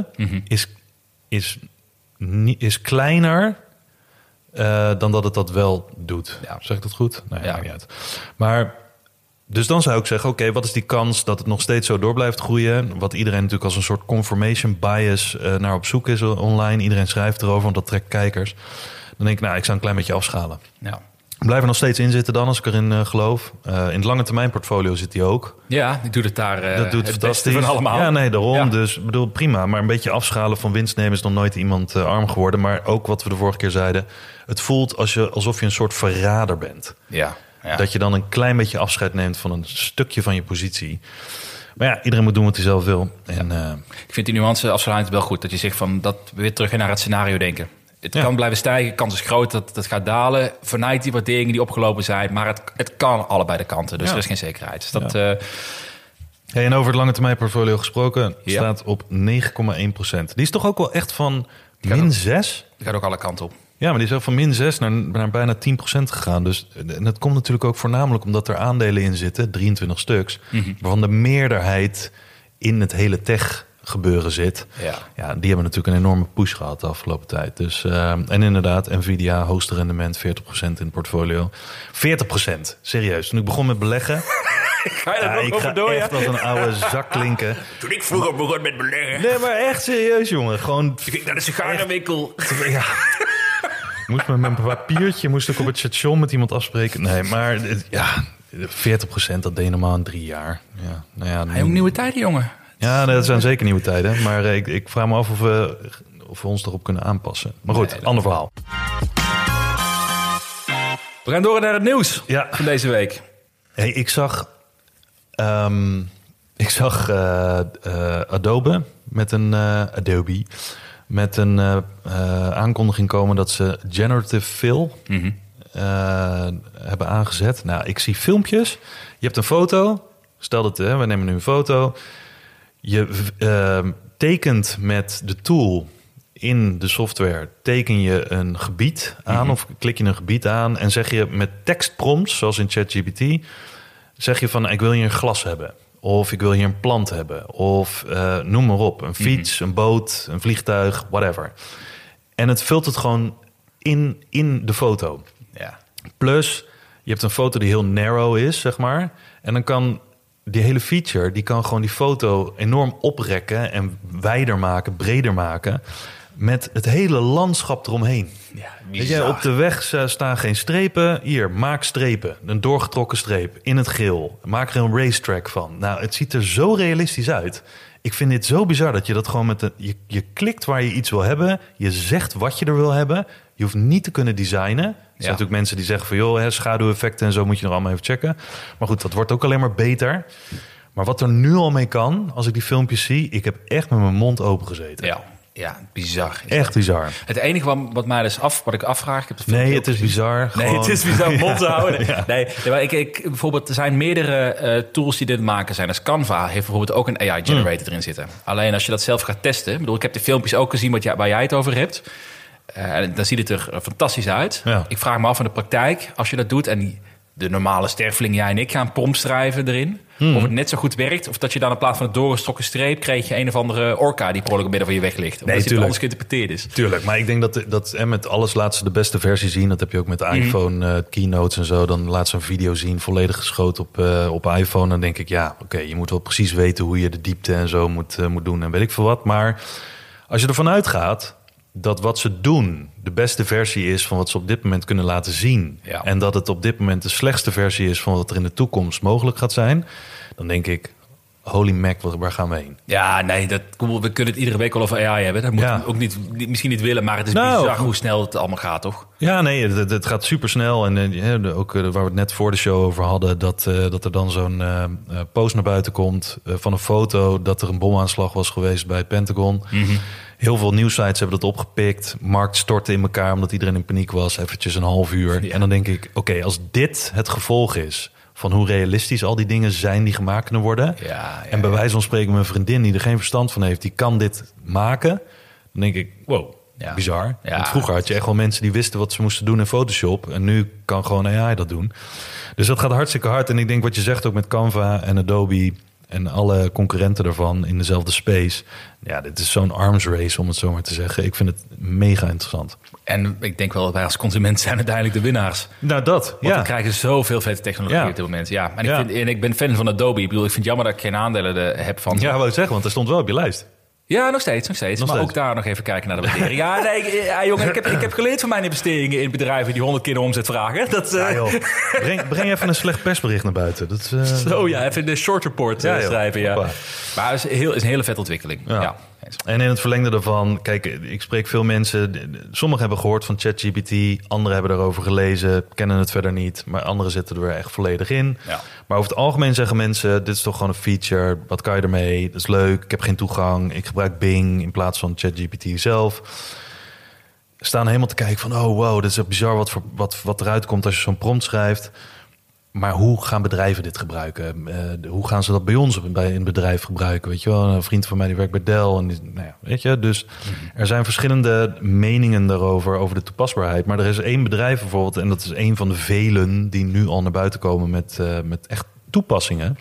is kleiner dan dat het dat wel doet. Ja. Zeg ik dat goed? Nee, maakt niet uit. Maar dus dan zou ik zeggen, oké, wat is die kans dat het nog steeds zo door blijft groeien? Wat iedereen natuurlijk als een soort confirmation bias naar op zoek is online. Iedereen schrijft erover, want dat trekt kijkers. Dan denk ik, ik zou een klein beetje afschalen. Ja. Blijf er nog steeds in zitten dan, als ik erin geloof. In het lange termijn portfolio zit hij ook. Ja, die doet het daar dat doet het beste van allemaal. Ja, nee, daarom. Ja. Dus bedoel, prima. Maar een beetje afschalen van winst nemen is nog nooit iemand arm geworden. Maar ook wat we de vorige keer zeiden. Het voelt alsof je een soort verrader bent. Ja. Dat je dan een klein beetje afscheid neemt van een stukje van je positie. Maar ja, iedereen moet doen wat hij zelf wil. En, ik vind die nuance afsluitend wel goed. Dat je zegt van dat we weer terug naar het scenario denken. Het kan blijven stijgen, de kans is groot dat het gaat dalen. Vanuit die waarderingen die opgelopen zijn. Maar het kan allebei de kanten, dus er is geen zekerheid. Dus dat, en over het lange termijn portfolio gesproken, staat op 9,1%. Die is toch ook wel echt van min 6? Die gaat ook alle kanten op. Ja, maar die is ook van min 6 naar bijna 10% gegaan. Dus, en dat komt natuurlijk ook voornamelijk omdat er aandelen in zitten, 23 stuks. Waarvan de meerderheid in het hele tech gebeuren zit. Ja, die hebben natuurlijk een enorme push gehad de afgelopen tijd. Dus, en inderdaad, Nvidia, hoogste rendement, 40% in het portfolio. 40%, serieus. Toen ik begon met beleggen... Ga je dat ik ga door, echt als een oude zak klinken. Toen ik vroeger begon met beleggen. Nee, maar echt serieus, jongen. Gewoon... Toen ging ik naar de sigarenwinkel. Ja. Moest met mijn papiertje moest ik op het station met iemand afspreken. Nee, maar 40%, dat deed je normaal in 3 jaar. Ja, nou ja, hij ook nieuwe tijden, jongen. Ja, dat zijn zeker nieuwe tijden. Maar ik vraag me af of we ons erop kunnen aanpassen. Maar goed, ander verhaal. We gaan door naar het nieuws van deze week. Hey, ik zag Adobe met een aankondiging komen dat ze generative fill hebben aangezet. Nou, ik zie filmpjes. Je hebt een foto. Stel dat we nemen nu een foto. Je tekent met de tool in de software, teken je een gebied aan of klik je een gebied aan en zeg je met tekstprompts, zoals in ChatGPT, zeg je van ik wil hier een glas hebben of ik wil hier een plant hebben of noem maar op, een fiets, een boot, een vliegtuig, whatever. En het vult het gewoon in de foto. Ja. Plus, je hebt een foto die heel narrow is, zeg maar, en dan kan die hele feature, die kan gewoon die foto enorm oprekken en wijder maken, breder maken, met het hele landschap eromheen. Ja, weet je, op de weg staan geen strepen. Hier, maak strepen. Een doorgetrokken streep in het geel. Maak er een racetrack van. Nou, het ziet er zo realistisch uit. Ik vind dit zo bizar dat je dat gewoon met je klikt waar je iets wil hebben. Je zegt wat je er wil hebben. Je hoeft niet te kunnen designen. Er zijn natuurlijk mensen die zeggen van joh, schaduweffecten en zo moet je nog allemaal even checken. Maar goed, dat wordt ook alleen maar beter. Maar wat er nu al mee kan, als ik die filmpjes zie, ik heb echt met mijn mond open gezeten. Ja, bizar. Echt bizar. Het enige wat mij dus wat ik afvraag... Ik heb het is bizar. Nee, het is bizar om mond te houden. Ja. Nee, maar ik bijvoorbeeld, er zijn meerdere tools die dit maken zijn. Dus Canva heeft bijvoorbeeld ook een AI-generator erin zitten. Alleen als je dat zelf gaat testen... Ik heb de filmpjes ook gezien waar jij het over hebt. En dan ziet het er fantastisch uit. Ja. Ik vraag me af in de praktijk, als je dat doet... en de normale sterveling, jij en ik, gaan promptschrijven erin... of het net zo goed werkt... of dat je dan in plaats van een doorgestokken streep... kreeg je een of andere orka die per midden van je weg ligt. Omdat het anders geïnterpreteerd is. Tuurlijk, maar ik denk dat met alles laat ze de beste versie zien. Dat heb je ook met iPhone, keynotes en zo. Dan laat ze een video zien, volledig geschoten op iPhone. Dan denk ik, je moet wel precies weten... hoe je de diepte en zo moet doen en weet ik veel wat. Maar als je ervan uitgaat... dat wat ze doen de beste versie is van wat ze op dit moment kunnen laten zien. Ja. En dat het op dit moment de slechtste versie is van wat er in de toekomst mogelijk gaat zijn. Dan denk ik, holy mac, waar gaan we heen? Ja, nee, we kunnen het iedere week wel over AI hebben. Dat moeten we ook misschien niet willen, maar het is bizar hoe snel het allemaal gaat, toch? Ja, nee, het gaat supersnel. En ook waar we het net voor de show over hadden, dat er dan zo'n post naar buiten komt van een foto dat er een bomaanslag was geweest bij het Pentagon. Mm-hmm. Heel veel nieuwsites hebben dat opgepikt. Markt stortte in elkaar omdat iedereen in paniek was. Eventjes een half uur. Ja. En dan denk ik, oké, als dit het gevolg is van hoe realistisch al die dingen zijn die gemaakt kunnen worden. En bij wijze van spreken mijn vriendin die er geen verstand van heeft, die kan dit maken. Dan denk ik, wow, bizar. Ja. Want vroeger had je echt wel mensen die wisten wat ze moesten doen in Photoshop. En nu kan gewoon AI dat doen. Dus dat gaat hartstikke hard. En ik denk wat je zegt ook met Canva en Adobe en alle concurrenten daarvan in dezelfde space. Ja, dit is zo'n arms race, om het zo maar te zeggen. Ik vind het mega interessant. En ik denk wel dat wij als consument zijn uiteindelijk de winnaars. Nou, dat, Want we krijgen zoveel vette technologie op dit moment. Ja, en ik ben fan van Adobe. Ik bedoel, ik vind het jammer dat ik geen aandelen heb van. Ja, wou ik zeggen, want er stond wel op je lijst. Ja, nog steeds. Maar ook daar nog even kijken naar de waardering. Jongen, ik heb geleerd van mijn investeringen in bedrijven die 100 keer de omzet vragen. Joh. Breng even een slecht persbericht naar buiten. Dat, Zo ja, even de short report schrijven. Ja. Maar het is een hele vette ontwikkeling. Ja. En in het verlengde daarvan, kijk, ik spreek veel mensen. Sommigen hebben gehoord van ChatGPT, anderen hebben erover gelezen, kennen het verder niet, maar anderen zitten er weer echt volledig in. Ja. Maar over het algemeen zeggen mensen, dit is toch gewoon een feature, wat kan je ermee? Dat is leuk, ik heb geen toegang, ik gebruik Bing in plaats van ChatGPT zelf. Staan helemaal te kijken van, oh wow, dit is echt bizar wat eruit komt als je zo'n prompt schrijft. Maar hoe gaan bedrijven dit gebruiken? Hoe gaan ze dat bij ons in het bedrijf gebruiken? Weet je wel, een vriend van mij die werkt bij Dell. En weet je, dus er zijn verschillende meningen daarover, over de toepasbaarheid. Maar er is één bedrijf bijvoorbeeld, en dat is één van de velen die nu al naar buiten komen met echt toepassingen.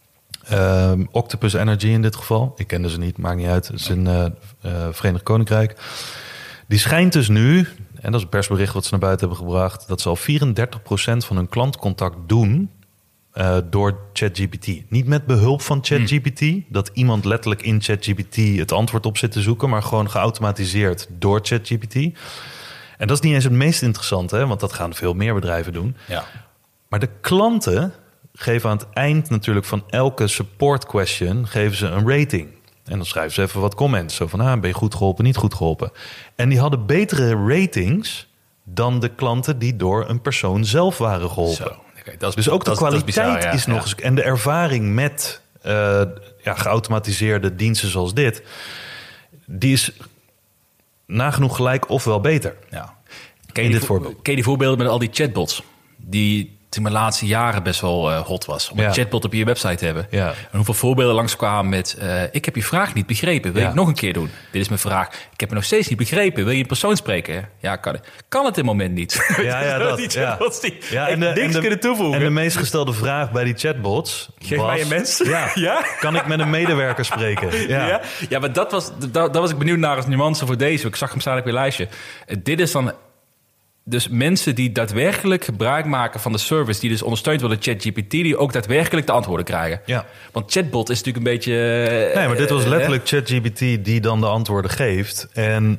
Octopus Energy in dit geval. Ik kende ze niet, maakt niet uit. Het is in Verenigd Koninkrijk. Die schijnt dus nu, en dat is een persbericht wat ze naar buiten hebben gebracht, dat ze al 34% van hun klantcontact doen door ChatGPT. Niet met behulp van ChatGPT, dat iemand letterlijk in ChatGPT het antwoord op zit te zoeken, maar gewoon geautomatiseerd door ChatGPT. En dat is niet eens het meest interessante, hè, want dat gaan veel meer bedrijven doen. Ja. Maar de klanten geven aan het eind natuurlijk van elke support question geven ze een rating. En dan schrijven ze even wat comments. Zo van, ben je goed geholpen, niet goed geholpen. En die hadden betere ratings dan de klanten die door een persoon zelf waren geholpen. Dus ook de kwaliteit is nog eens. En de ervaring met geautomatiseerde diensten zoals dit, die is nagenoeg gelijk of wel beter. Ja. Ken je die voorbeelden met al die chatbots? Die in de laatste jaren best wel hot was. Om een chatbot op je website te hebben. Ja. En hoeveel voorbeelden langskwamen met ik heb je vraag niet begrepen. Wil je het nog een keer doen? Dit is mijn vraag. Ik heb het nog steeds niet begrepen. Wil je in persoon spreken? Ja, kan het dit moment niet. Die chatbots die niks kunnen toevoegen. En de meest gestelde vraag bij die chatbots Geef mij een mens. Ja. Kan ik met een medewerker spreken? Ja, maar dat was ik benieuwd naar als nuance voor deze. Ik zag hem staan op je lijstje. Dit is dan dus mensen die daadwerkelijk gebruik maken van de service, die dus ondersteund worden door ChatGPT, die ook daadwerkelijk de antwoorden krijgen. Ja. Want chatbot is natuurlijk een beetje nee, maar dit was letterlijk ChatGPT die dan de antwoorden geeft. En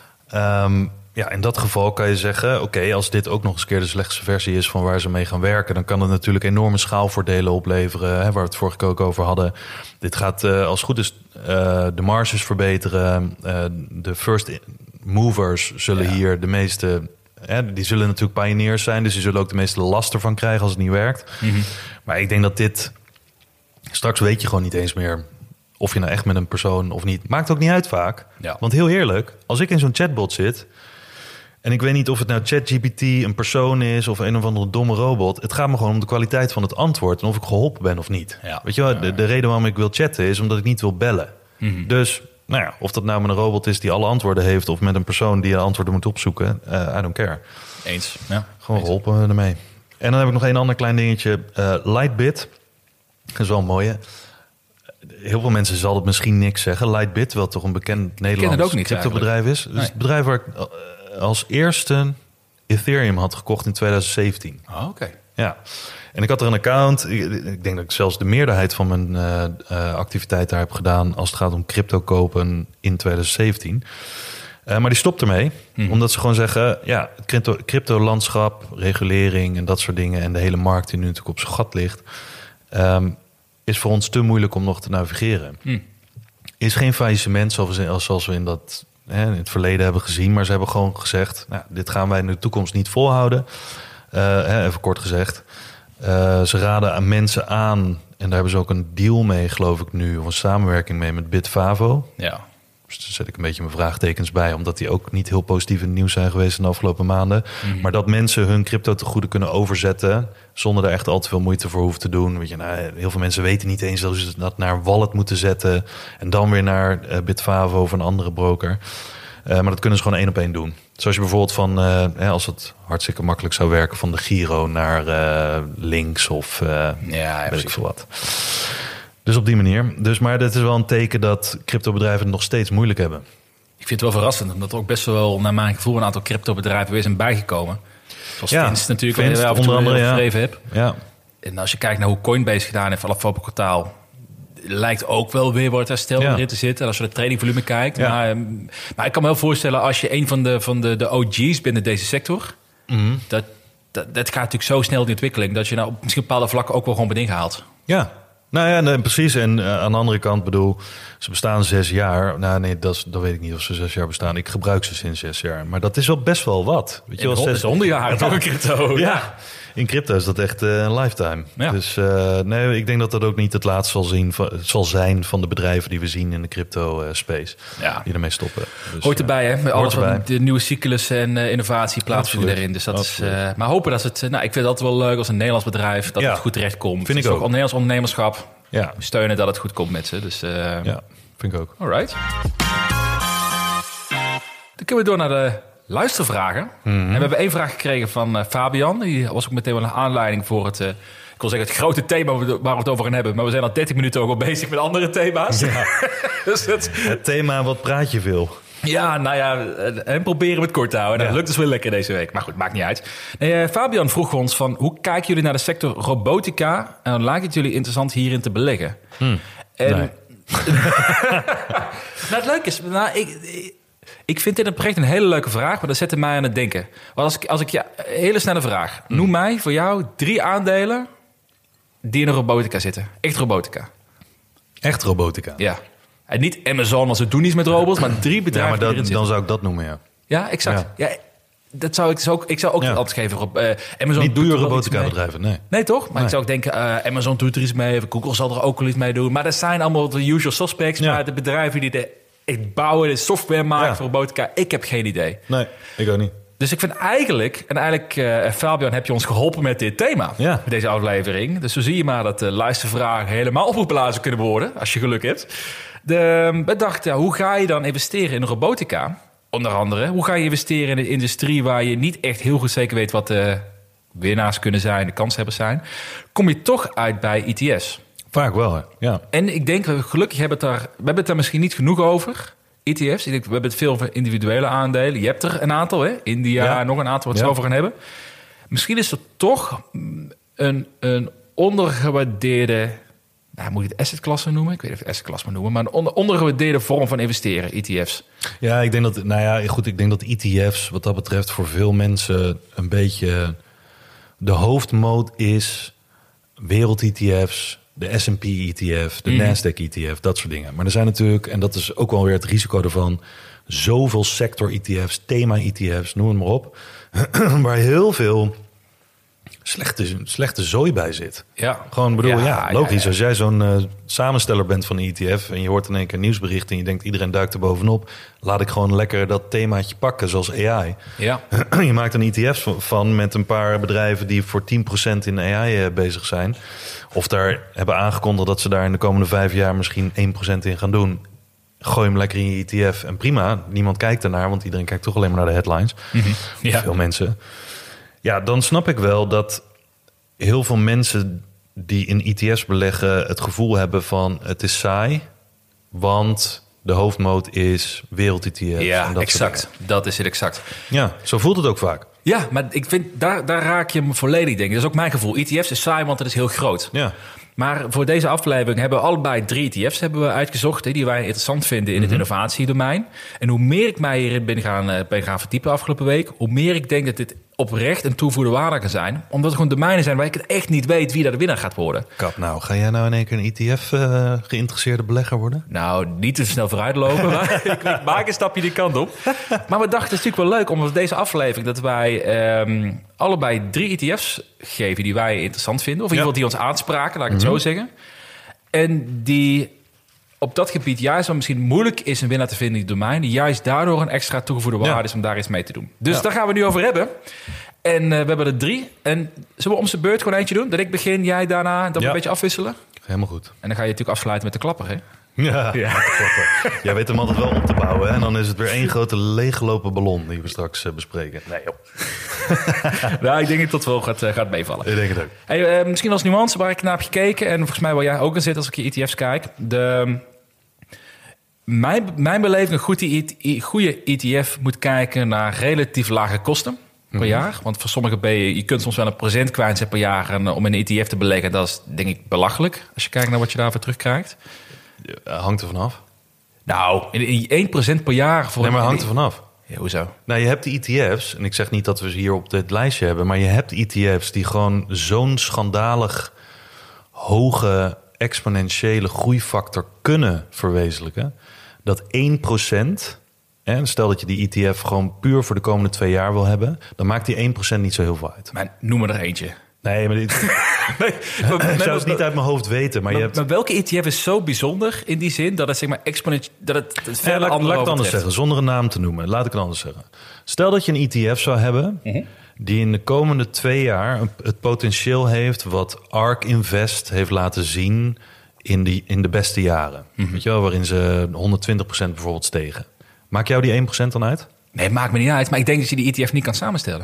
in dat geval kan je zeggen, oké, als dit ook nog eens keer de slechtste versie is van waar ze mee gaan werken, dan kan het natuurlijk enorme schaalvoordelen opleveren, waar we het vorige keer ook over hadden. Dit gaat als het goed is de marges verbeteren. De first movers zullen hier de meeste. Die zullen natuurlijk pioneers zijn, dus die zullen ook de meeste last ervan krijgen als het niet werkt. Mm-hmm. Maar ik denk dat dit straks weet je gewoon niet eens meer of je nou echt met een persoon of niet. Maakt ook niet uit vaak. Ja. Want heel eerlijk, als ik in zo'n chatbot zit en ik weet niet of het nou ChatGPT een persoon is of een of andere domme robot, het gaat me gewoon om de kwaliteit van het antwoord en of ik geholpen ben of niet. Ja. Weet je wel, de reden waarom ik wil chatten is omdat ik niet wil bellen. Mm-hmm. Dus of dat nou met een robot is die alle antwoorden heeft, of met een persoon die de antwoorden moet opzoeken, I don't care. Eens. Ja. Gewoon geholpen ermee. En dan heb ik nog een ander klein dingetje. Lightbit. Dat is wel een mooie. Heel veel mensen zal het misschien niks zeggen. Lightbit, wel toch een bekend Nederlands cryptobedrijf is. Dus het bedrijf waar ik als eerste Ethereum had gekocht in 2017. Oh, oké. Ja. En ik had er een account. Ik denk dat ik zelfs de meerderheid van mijn activiteit daar heb gedaan als het gaat om crypto kopen in 2017. Maar die stopt ermee. Omdat ze gewoon zeggen, het crypto-landschap, regulering en dat soort dingen en de hele markt die nu natuurlijk op zijn gat ligt. is voor ons te moeilijk om nog te navigeren. Is geen faillissement zoals we in het verleden hebben gezien. Maar ze hebben gewoon gezegd, nou, dit gaan wij in de toekomst niet volhouden. Even kort gezegd. Ze raden aan mensen aan, en daar hebben ze ook een deal mee, geloof ik nu, of een samenwerking mee met Bitvavo. Ja. Dus daar zet ik een beetje mijn vraagtekens bij, omdat die ook niet heel positief in het nieuws zijn geweest in de afgelopen maanden. Maar dat mensen hun crypto-tegoeden kunnen overzetten zonder er echt al te veel moeite voor hoeven te doen. Weet je, heel veel mensen weten niet eens dat ze dat naar wallet moeten zetten en dan weer naar Bitvavo of een andere broker. Maar dat kunnen ze gewoon 1 op 1 doen. Zoals je bijvoorbeeld van, als het hartstikke makkelijk zou werken, van de Giro naar links of weet ik veel wat. Dus op die manier. Maar dit is wel een teken dat cryptobedrijven het nog steeds moeilijk hebben. Ik vind het wel verrassend, omdat er ook best wel, naar mijn gevoel, een aantal cryptobedrijven weer zijn bijgekomen. Zoals Vince natuurlijk, waar je wel onder andere geschreven hebt. Ja. En als je kijkt naar hoe Coinbase gedaan heeft afgelopen kwartaal, lijkt ook wel weer wat herstel erin te zitten. Als je de tradingvolume kijkt. Ja. Maar ik kan me wel voorstellen, als je een van de OG's binnen deze sector, dat gaat natuurlijk zo snel die ontwikkeling, dat je nou op misschien bepaalde vlakken ook wel gewoon bent ingehaald. Ja. Nou ja, nee, precies. En aan de andere kant, ze bestaan 6 jaar. Nou nee, dat weet ik niet of ze 6 jaar bestaan. Ik gebruik ze sinds 6 jaar. Maar dat is wel best wel wat. Weet je wel, 100 jaar toch in crypto. Ja. In crypto is dat echt een lifetime. Ja. Dus nee, ik denk dat dat ook niet het laatste zal zijn van de bedrijven die we zien in de crypto-space. Die ermee stoppen. Dus, hoort erbij, hè? Met alles wat de nieuwe cyclussen en innovatie plaatsvinden erin. Dus dat is, maar hopen dat het... Nou, ik vind dat wel leuk als een Nederlands bedrijf dat het goed terecht komt. Vind ik ook. Nederlands ondernemerschap. Ja. We steunen dat het goed komt met ze. Dus, ja, vind ik ook. Alright. Dan kunnen we door naar de luistervragen. En we hebben 1 vraag gekregen van Fabian. Die was ook meteen wel een aanleiding voor het... ik wil zeggen het grote thema waar we het over gaan hebben. Maar we zijn al 30 minuten ook al bezig met andere thema's. Ja. Dus het thema, wat praat je veel? Ja, nou ja, en proberen we het kort te houden. Nou, dat lukt dus wel lekker deze week. Maar goed, maakt niet uit. Nee, Fabian vroeg ons van, hoe kijken jullie naar de sector robotica? En dan lijkt het jullie interessant hierin te beleggen. En, nee. Nou, het leuke is, ik vind dit oprecht een hele leuke vraag, maar dat zette mij aan het denken. Want als ik je hele snelle vraag, noem mij voor jou 3 aandelen die in de robotica zitten. Echt robotica. Echt robotica? Ja. En niet Amazon als het doen iets met robots, maar 3 bedrijven die erin zitten. Dan zou ik dat noemen, ja. Ja, exact. Ja. Dat zou ik zou ook altijd geven. Amazon niet duur robotica bedrijven, nee. Nee, toch? Maar ik zou ook denken, Amazon doet er iets mee. Google zal er ook wel iets mee doen. Maar dat zijn allemaal de usual suspects. Ja. Maar de bedrijven die echt bouwen, de software maken voor robotica, ik heb geen idee. Nee, ik ook niet. Dus ik vind eigenlijk, Fabian, heb je ons geholpen met dit thema. Ja. Met deze aflevering. Dus zo zie je maar dat de luistervragen helemaal opgeblazen kunnen worden. Als je geluk hebt. We dachten, hoe ga je dan investeren in robotica? Onder andere, hoe ga je investeren in een industrie waar je niet echt heel goed zeker weet wat de winnaars kunnen zijn, de kanshebbers zijn? Kom je toch uit bij ETF's? Vaak wel, hè? Ja. En ik denk, gelukkig we hebben het daar misschien niet genoeg over. ETF's, ik denk, we hebben het veel over individuele aandelen. Je hebt er een aantal, hè? India, nog een aantal wat we het over gaan hebben. Misschien is er toch een ondergewaardeerde... Nou, moet je het assetklasse noemen? Ik weet niet of je het assetklasse moet noemen. Maar een ondergewaardeerde vorm van investeren, ETF's. Ja, ik denk dat ETF's wat dat betreft voor veel mensen een beetje de hoofdmoot is. Wereld-ETF's, de S&P-ETF, de Nasdaq-ETF, dat soort dingen. Maar er zijn natuurlijk, en dat is ook wel weer het risico ervan, zoveel sector-ETF's, thema-ETF's, noem het maar op, waar heel veel slechte zooi bij zit. Ja. Gewoon logisch. Als jij zo'n samensteller bent van een ETF en je hoort in één keer een nieuwsbericht en je denkt iedereen duikt er bovenop, laat ik gewoon lekker dat themaatje pakken, zoals AI. Ja. Je maakt een ETF van met een paar bedrijven die voor 10% in AI bezig zijn. Of daar hebben aangekondigd dat ze daar in de komende 5 jaar misschien 1% in gaan doen. Gooi hem lekker in je ETF en prima. Niemand kijkt ernaar, want iedereen kijkt toch alleen maar naar de headlines. Ja. Veel mensen. Ja, dan snap ik wel dat heel veel mensen die in ETF's beleggen het gevoel hebben van het is saai, want de hoofdmoot is wereld-ETF. Ja, en exact. Dat is het exact. Ja, zo voelt het ook vaak. Ja, maar ik vind, daar raak je me volledig, denk ik. Dat is ook mijn gevoel. ETF's is saai, want het is heel groot. Ja. Maar voor deze aflevering hebben we allebei 3 ETF's uitgezocht, die wij interessant vinden in het innovatiedomein. En hoe meer ik mij hierin ben gaan verdiepen afgelopen week, hoe meer ik denk dat dit oprecht een toegevoegde waarde kan zijn. Omdat er gewoon domeinen zijn waar ik het echt niet weet wie daar de winnaar gaat worden. Kap nou, ga jij nou in één keer een ETF geïnteresseerde belegger worden? Nou, niet te snel vooruitlopen, maar ik maak een stapje die kant op. Maar we dachten, het is natuurlijk wel leuk om deze aflevering dat wij allebei 3 ETF's geven die wij interessant vinden. Of in ieder geval die ons aanspraken, laat ik het zo zeggen. En die op dat gebied juist wat misschien moeilijk is een winnaar te vinden in die domein, die juist daardoor een extra toegevoegde waarde is om daar iets mee te doen. Dus daar gaan we het nu over hebben. En we hebben er 3. En zullen we om zijn beurt gewoon eentje doen? Dat ik begin, jij daarna, dat we een beetje afwisselen? Helemaal goed. En dan ga je natuurlijk afsluiten met de klapper, hè? Ja. Jij weet hem altijd wel op te bouwen. Hè? En dan is het weer één grote leeggelopen ballon die we straks bespreken. Nee, joh. Nou, ik denk dat het wel gaat meevallen. Ik denk het ook. Hey, misschien als nuance waar ik naar heb gekeken. En volgens mij waar jij ook in zit als ik je ETF's kijk. Mijn beleving, een goede ETF moet kijken naar relatief lage kosten per jaar. Want voor sommigen je kunt soms wel 1% kwijt zijn per jaar om in een ETF te beleggen. Dat is denk ik belachelijk als je kijkt naar wat je daarvoor terugkrijgt. Hangt er vanaf. Nou, in 1% per jaar. Nee, maar hangt er vanaf. Ja, hoezo? Nou, je hebt de ETF's, en ik zeg niet dat we ze hier op dit lijstje hebben, maar je hebt ETF's die gewoon zo'n schandalig hoge exponentiële groeifactor kunnen verwezenlijken, dat 1%, en stel dat je die ETF gewoon puur voor de komende 2 jaar wil hebben, dan maakt die 1% niet zo heel veel uit. Maar noem er eentje. Nee, maar ik zou het niet uit mijn hoofd weten. Maar welke ETF is zo bijzonder in die zin dat het zeg maar exponentieel, dat het verder laat ik het anders zeggen, zonder een naam te noemen. Laat ik het anders zeggen. Stel dat je een ETF zou hebben die in de komende 2 jaar het potentieel heeft wat ARK Invest heeft laten zien in de beste jaren. Weet je wel, waarin ze 120% bijvoorbeeld stegen. Maakt jou die 1% dan uit? Nee, het maakt me niet uit. Maar ik denk dat je die ETF niet kan samenstellen.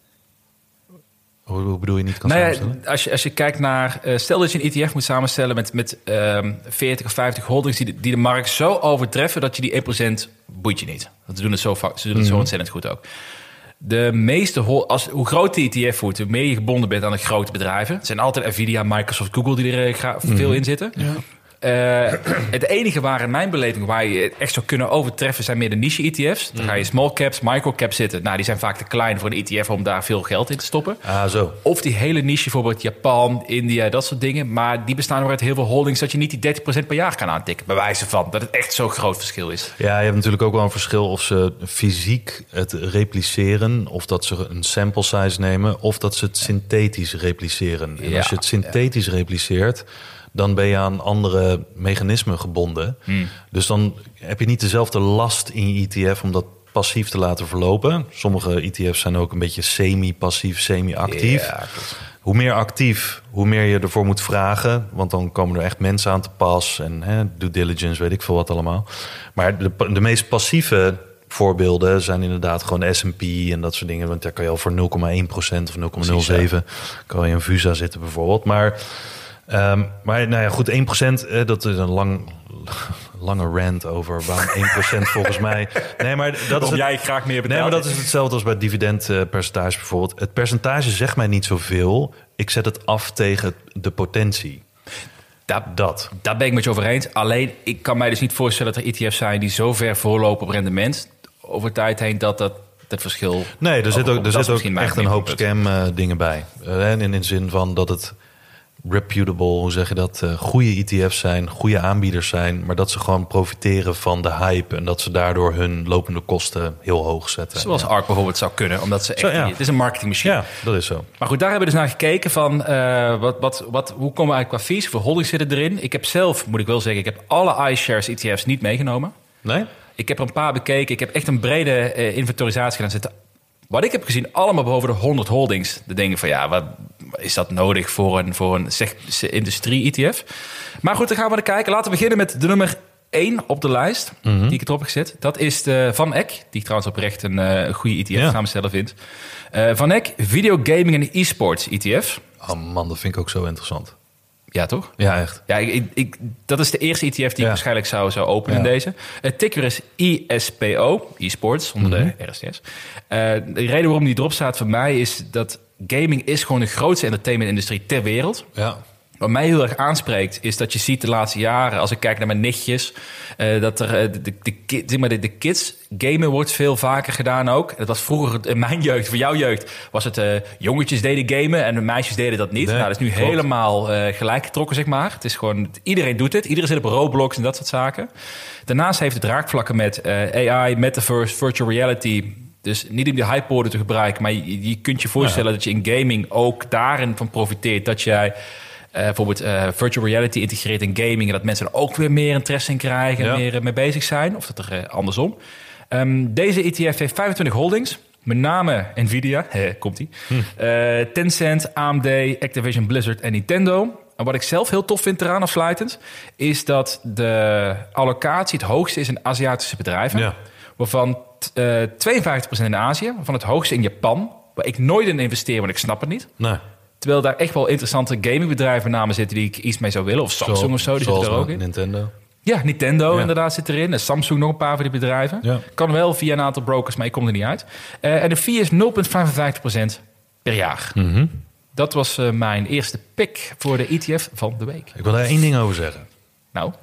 Hoe bedoel je niet kan samenstellen? Als je kijkt naar... stel dat je een ETF moet samenstellen met 40 of 50 holdings die de markt zo overtreffen dat je die 1% boeit je niet. Want ze doen het zo ontzettend goed ook. De meeste hoe groot die ETF wordt, hoe meer je gebonden bent aan de grote bedrijven. Het zijn altijd Nvidia, Microsoft, Google die er veel in zitten. Ja. Het enige waar in mijn beleving waar je het echt zou kunnen overtreffen zijn meer de niche-ETF's. Dan ga je small caps, micro caps zitten. Nou, die zijn vaak te klein voor een ETF om daar veel geld in te stoppen. Ah, zo. Of die hele niche, bijvoorbeeld Japan, India, dat soort dingen. Maar die bestaan uit heel veel holdings dat je niet die 30% per jaar kan aantikken. Bij wijze van dat het echt zo'n groot verschil is. Ja, je hebt natuurlijk ook wel een verschil of ze fysiek het repliceren, of dat ze een sample size nemen, of dat ze het synthetisch repliceren. En als je het synthetisch repliceert, dan ben je aan andere mechanismen gebonden. Dus dan heb je niet dezelfde last in je ETF om dat passief te laten verlopen. Sommige ETF's zijn ook een beetje semi-passief, semi-actief. Ja, hoe meer actief, hoe meer je ervoor moet vragen. Want dan komen er echt mensen aan te pas en due diligence, weet ik veel wat allemaal. Maar de meest passieve voorbeelden zijn inderdaad gewoon de S&P en dat soort dingen. Want daar kan je al voor 0,1% of 0,07 kan je in Vusa zitten bijvoorbeeld. Maar nou ja, goed, 1%, dat is een lange rant over waarom 1% volgens mij. Nee, maar dat is jij graag meer betaalt. Nee, maar dat is hetzelfde als bij dividendpercentage bijvoorbeeld. Het percentage zegt mij niet zoveel. Ik zet het af tegen de potentie. Daar ben ik met je over eens. Alleen, ik kan mij dus niet voorstellen dat er ETF's zijn die zo ver voorlopen op rendement over tijd heen dat het verschil. Nee, er zit ook echt een hoop scam dingen bij. In de zin van dat het reputable, hoe zeg je dat, goede ETF's zijn, goede aanbieders zijn, maar dat ze gewoon profiteren van de hype en dat ze daardoor hun lopende kosten heel hoog zetten. Zoals ARK bijvoorbeeld zou kunnen, omdat ze echt het is een marketingmachine. Ja, dat is zo. Maar goed, daar hebben we dus naar gekeken van hoe komen we eigenlijk qua fees, hoeveel holdings zitten erin? Ik heb zelf, moet ik wel zeggen, ik heb alle iShares ETF's niet meegenomen. Nee? Ik heb er een paar bekeken. Ik heb echt een brede inventorisatie gedaan. Zitten wat ik heb gezien, allemaal boven de 100 holdings. Dan denk ik van wat is dat nodig voor een industrie-ETF? Maar goed, dan gaan we er kijken. Laten we beginnen met de nummer 1 op de lijst, die ik erop heb gezet. Dat is de Van Eck, die ik trouwens oprecht een goede ETF samensteller vind. Van Eck, Video Gaming en E-Sports ETF. Oh man, dat vind ik ook zo interessant. Ja, toch? Ja, echt. Ja, dat is de eerste ETF die ik waarschijnlijk zou openen in deze. Het ticker is ISPO, e-sports, zonder de RSS. De reden waarom die erop staat voor mij is dat gaming is gewoon de grootste entertainment-industrie ter wereld. Ja. Wat mij heel erg aanspreekt is dat je ziet de laatste jaren, als ik kijk naar mijn nichtjes, dat er de kids gamen wordt veel vaker gedaan ook. Dat was vroeger in mijn jeugd, voor jouw jeugd, was het jongetjes deden gamen en de meisjes deden dat niet. Nee, dat is nu helemaal gelijk getrokken, zeg maar. Het is gewoon, iedereen doet het. Iedereen zit op Roblox en dat soort zaken. Daarnaast heeft het raakvlakken met AI, metaverse, virtual reality. Dus niet om die hypewoorden te gebruiken, maar je kunt je voorstellen dat je in gaming ook daarin van profiteert. Dat jij bijvoorbeeld virtual reality integreert in gaming en dat mensen er ook weer meer interesse in krijgen en meer mee bezig zijn. Of dat er andersom. Deze ETF heeft 25 holdings. Met name Nvidia, komt-ie. Tencent, AMD, Activision Blizzard en Nintendo. En wat ik zelf heel tof vind eraan, afsluitend, is dat de allocatie het hoogste is in Aziatische bedrijven. Ja. Waarvan 52% in Azië, waarvan het hoogste in Japan. Waar ik nooit in investeer, want ik snap het niet. Nee. Terwijl daar echt wel interessante gamingbedrijven namen zitten die ik iets mee zou willen. Of Samsung of zo, die zitten er ook in. Nintendo. Ja, Nintendo inderdaad zit erin. En Samsung nog een paar van die bedrijven. Ja. Kan wel via een aantal brokers, maar ik kom er niet uit. En de fee is 0,55% per jaar. Mm-hmm. Dat was mijn eerste pick voor de ETF van de week. Ik wil daar 1 ding over zeggen. Nou,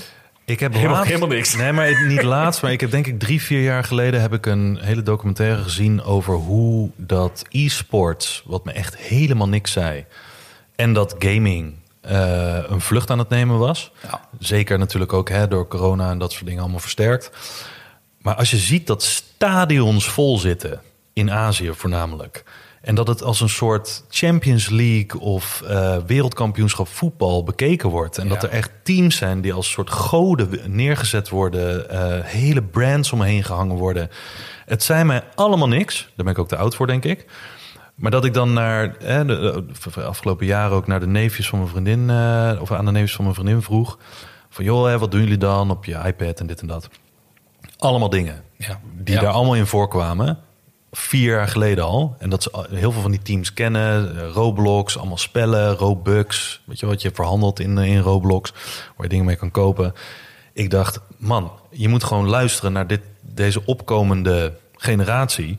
ik heb helemaal niks. Nee, maar niet laatst. Maar ik heb denk ik 3-4 jaar geleden heb ik een hele documentaire gezien over hoe dat e-sports, wat me echt helemaal niks zei, en dat gaming een vlucht aan het nemen was. Ja. Zeker natuurlijk ook door corona en dat soort dingen allemaal versterkt. Maar als je ziet dat stadions vol zitten, in Azië voornamelijk, en dat het als een soort Champions League of wereldkampioenschap voetbal bekeken wordt. En dat er echt teams zijn die als soort goden neergezet worden. Hele brands omheen gehangen worden. Het zei mij allemaal niks. Daar ben ik ook te oud voor, denk ik. Maar dat ik dan naar de afgelopen jaren ook naar de neefjes van mijn vriendin, of aan de neefjes van mijn vriendin vroeg. Van joh, wat doen jullie dan op je iPad en dit en dat. Allemaal dingen die daar allemaal in voorkwamen. 4 jaar geleden al. En dat ze heel veel van die teams kennen. Roblox, allemaal spellen, Robux. Weet je wat je verhandelt in Roblox. Waar je dingen mee kan kopen. Ik dacht, man, je moet gewoon luisteren naar deze opkomende generatie.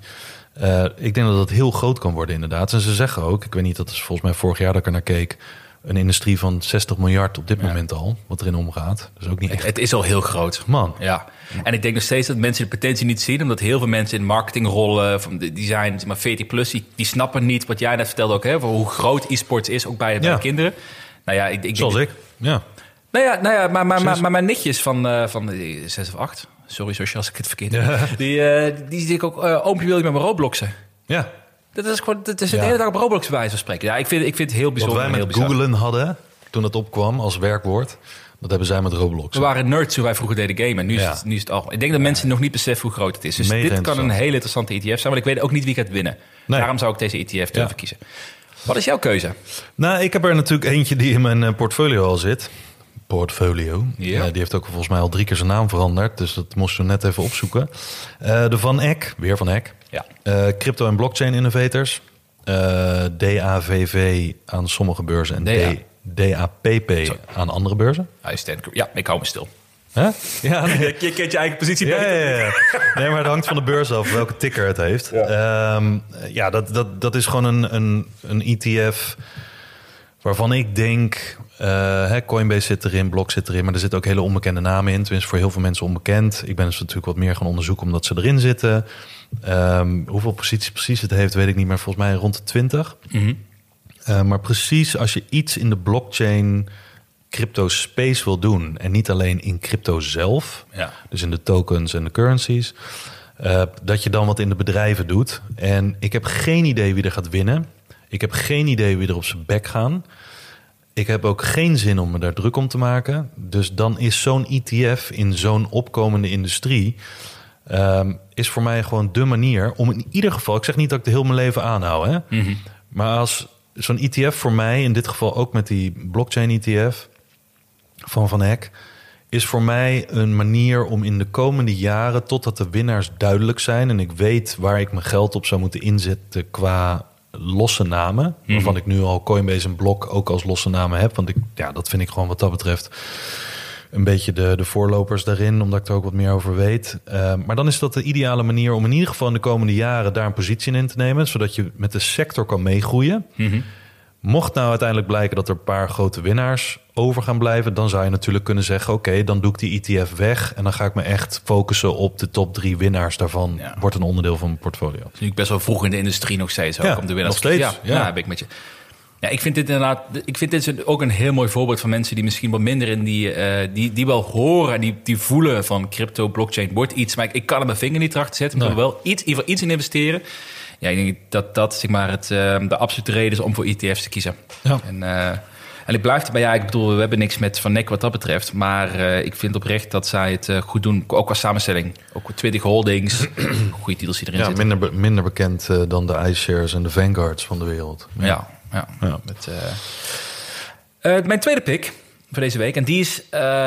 Ik denk dat het heel groot kan worden inderdaad. En ze zeggen ook, ik weet niet, dat is volgens mij vorig jaar dat ik er naar keek, een industrie van 60 miljard op dit moment al, wat erin omgaat. Dus ook niet echt. Het is al heel groot. Man. Ja. En ik denk nog steeds dat mensen de potentie niet zien, omdat heel veel mensen in marketingrollen, die zijn maar 40 plus, die snappen niet wat jij net vertelde ook, hè, hoe groot e-sports is, ook bij de kinderen. Nou ja, zoals ik. Ja. Nou ja, maar mijn nichtjes van 6 of 8, sorry Sosje als ik het verkeerd heb, die zie ik ook, oompje wil je met me Robloxen. Ja. Dat is de hele dag op Roblox bij wijze van spreken. Ja, ik vind het heel bijzonder. Wat wij met googlen hadden, toen het opkwam als werkwoord, dat hebben zij met Roblox. We waren nerds toen wij vroeger deden gamen. Nu is het al. Ik denk dat mensen nog niet beseffen hoe groot het is. Dus dit kan een hele interessante ETF zijn. Maar ik weet ook niet wie gaat winnen. Nee. Daarom zou ik deze ETF durven kiezen. Wat is jouw keuze? Nou, ik heb er natuurlijk eentje die in mijn portfolio al zit. Die heeft ook volgens mij al 3 keer zijn naam veranderd. Dus dat moesten we net even opzoeken. De Van Eck, weer Van Eck. Ja. Crypto en blockchain innovators. DAVV aan sommige beurzen en DAPP aan andere beurzen. Ja, ik hou me stil. Huh? Ja, nee. Je kent je eigen positie beter. Ja. Nee, maar het hangt van de beurs af welke ticker het heeft. Ja, dat is gewoon een ETF waarvan ik denk, Coinbase zit erin, Block zit erin, maar er zitten ook hele onbekende namen in. Tenminste, voor heel veel mensen onbekend. Ik ben dus natuurlijk wat meer gaan onderzoeken omdat ze erin zitten. Hoeveel posities precies het heeft, weet ik niet, maar volgens mij rond de 20. Mm-hmm. Maar precies als je iets in de blockchain crypto space wil doen en niet alleen in crypto zelf, dus in de tokens en de currencies, dat je dan wat in de bedrijven doet. En ik heb geen idee wie er gaat winnen. Ik heb geen idee wie er op zijn bek gaan. Ik heb ook geen zin om me daar druk om te maken. Dus dan is zo'n ETF in zo'n opkomende industrie is voor mij gewoon de manier om in ieder geval, ik zeg niet dat ik de heel mijn leven aanhoud, hè? Mm-hmm. Maar als zo'n ETF voor mij, in dit geval ook met die blockchain ETF van Eck, is voor mij een manier om in de komende jaren, totdat de winnaars duidelijk zijn en ik weet waar ik mijn geld op zou moeten inzetten qua losse namen, waarvan ik nu al Coinbase en Block ook als losse namen heb, want dat vind ik gewoon wat dat betreft een beetje de voorlopers daarin, omdat ik er ook wat meer over weet. Maar dan is dat de ideale manier om in ieder geval in de komende jaren daar een positie in te nemen, zodat je met de sector kan meegroeien. Mm-hmm. Mocht nou uiteindelijk blijken dat er een paar grote winnaars over gaan blijven, dan zou je natuurlijk kunnen zeggen, oké, dan doe ik die ETF weg en dan ga ik me echt focussen op de top 3 winnaars daarvan. Ja. Wordt een onderdeel van mijn portfolio. Dat is nu best wel vroeg in de industrie nog steeds ook om de winnaars nog steeds. Ja, ben ik met je. Ja, ik vind dit inderdaad. Ik vind dit ook een heel mooi voorbeeld van mensen die misschien wat minder in die wel horen en die voelen van crypto, blockchain wordt iets, maar ik kan er mijn vinger niet achter zetten. Ik wil wel iets in investeren. Ja, ik denk dat zeg maar de absolute reden is om voor ETF's te kiezen. Ja. En ik blijf erbij. Ja, ik bedoel, we hebben niks met Van Eck wat dat betreft, maar ik vind oprecht dat zij het goed doen, ook qua samenstelling. Ook 20 holdings, goede titels die erin zitten. Minder bekend dan de iShares en de Vanguards van de wereld. Ja. Mijn tweede pick voor deze week. En die is...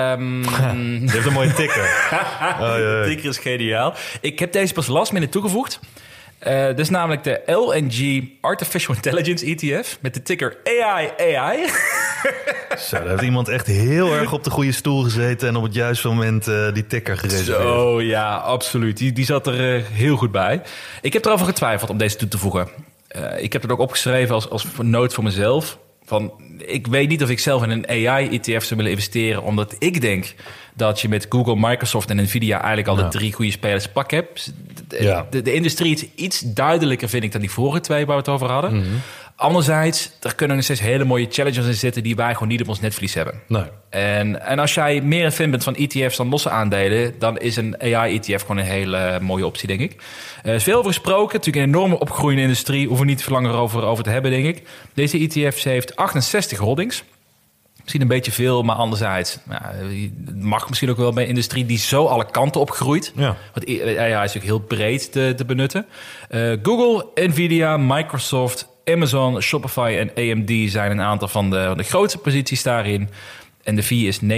Die heeft een mooie ticker. De ticker is geniaal. Ik heb deze pas last minute toegevoegd. Dat is namelijk de LNG Artificial Intelligence ETF met de ticker AI. Zo, daar heeft iemand echt heel erg op de goede stoel gezeten en op het juiste moment die ticker gereserveerd. Zo, ja, absoluut. Die zat er heel goed bij. Ik heb erover getwijfeld om deze toe te voegen. Ik heb het ook opgeschreven als noot voor mezelf. Ik weet niet of ik zelf in een AI-ETF zou willen investeren, omdat ik denk dat je met Google, Microsoft en Nvidia eigenlijk al de 3 goede spelers pak hebt. De industrie is iets duidelijker, vind ik, dan die vorige 2 waar we het over hadden. Mm-hmm. Anderzijds, er kunnen nog steeds hele mooie challenges in zitten die wij gewoon niet op ons netvlies hebben. Nee. En als jij meer een fan bent van ETF's dan losse aandelen, dan is een AI-ETF gewoon een hele mooie optie, denk ik. Er is veel over gesproken. Natuurlijk een enorme opgroeiende industrie. Hoeven we niet veel langer over te hebben, denk ik. Deze ETF heeft 68 holdings. Misschien een beetje veel, maar anderzijds het mag misschien ook wel bij een industrie die zo alle kanten op groeit. Ja. Want AI is natuurlijk heel breed te benutten. Google, Nvidia, Microsoft, Amazon, Shopify en AMD zijn een aantal van de grootste posities daarin. En de fee is 0,49%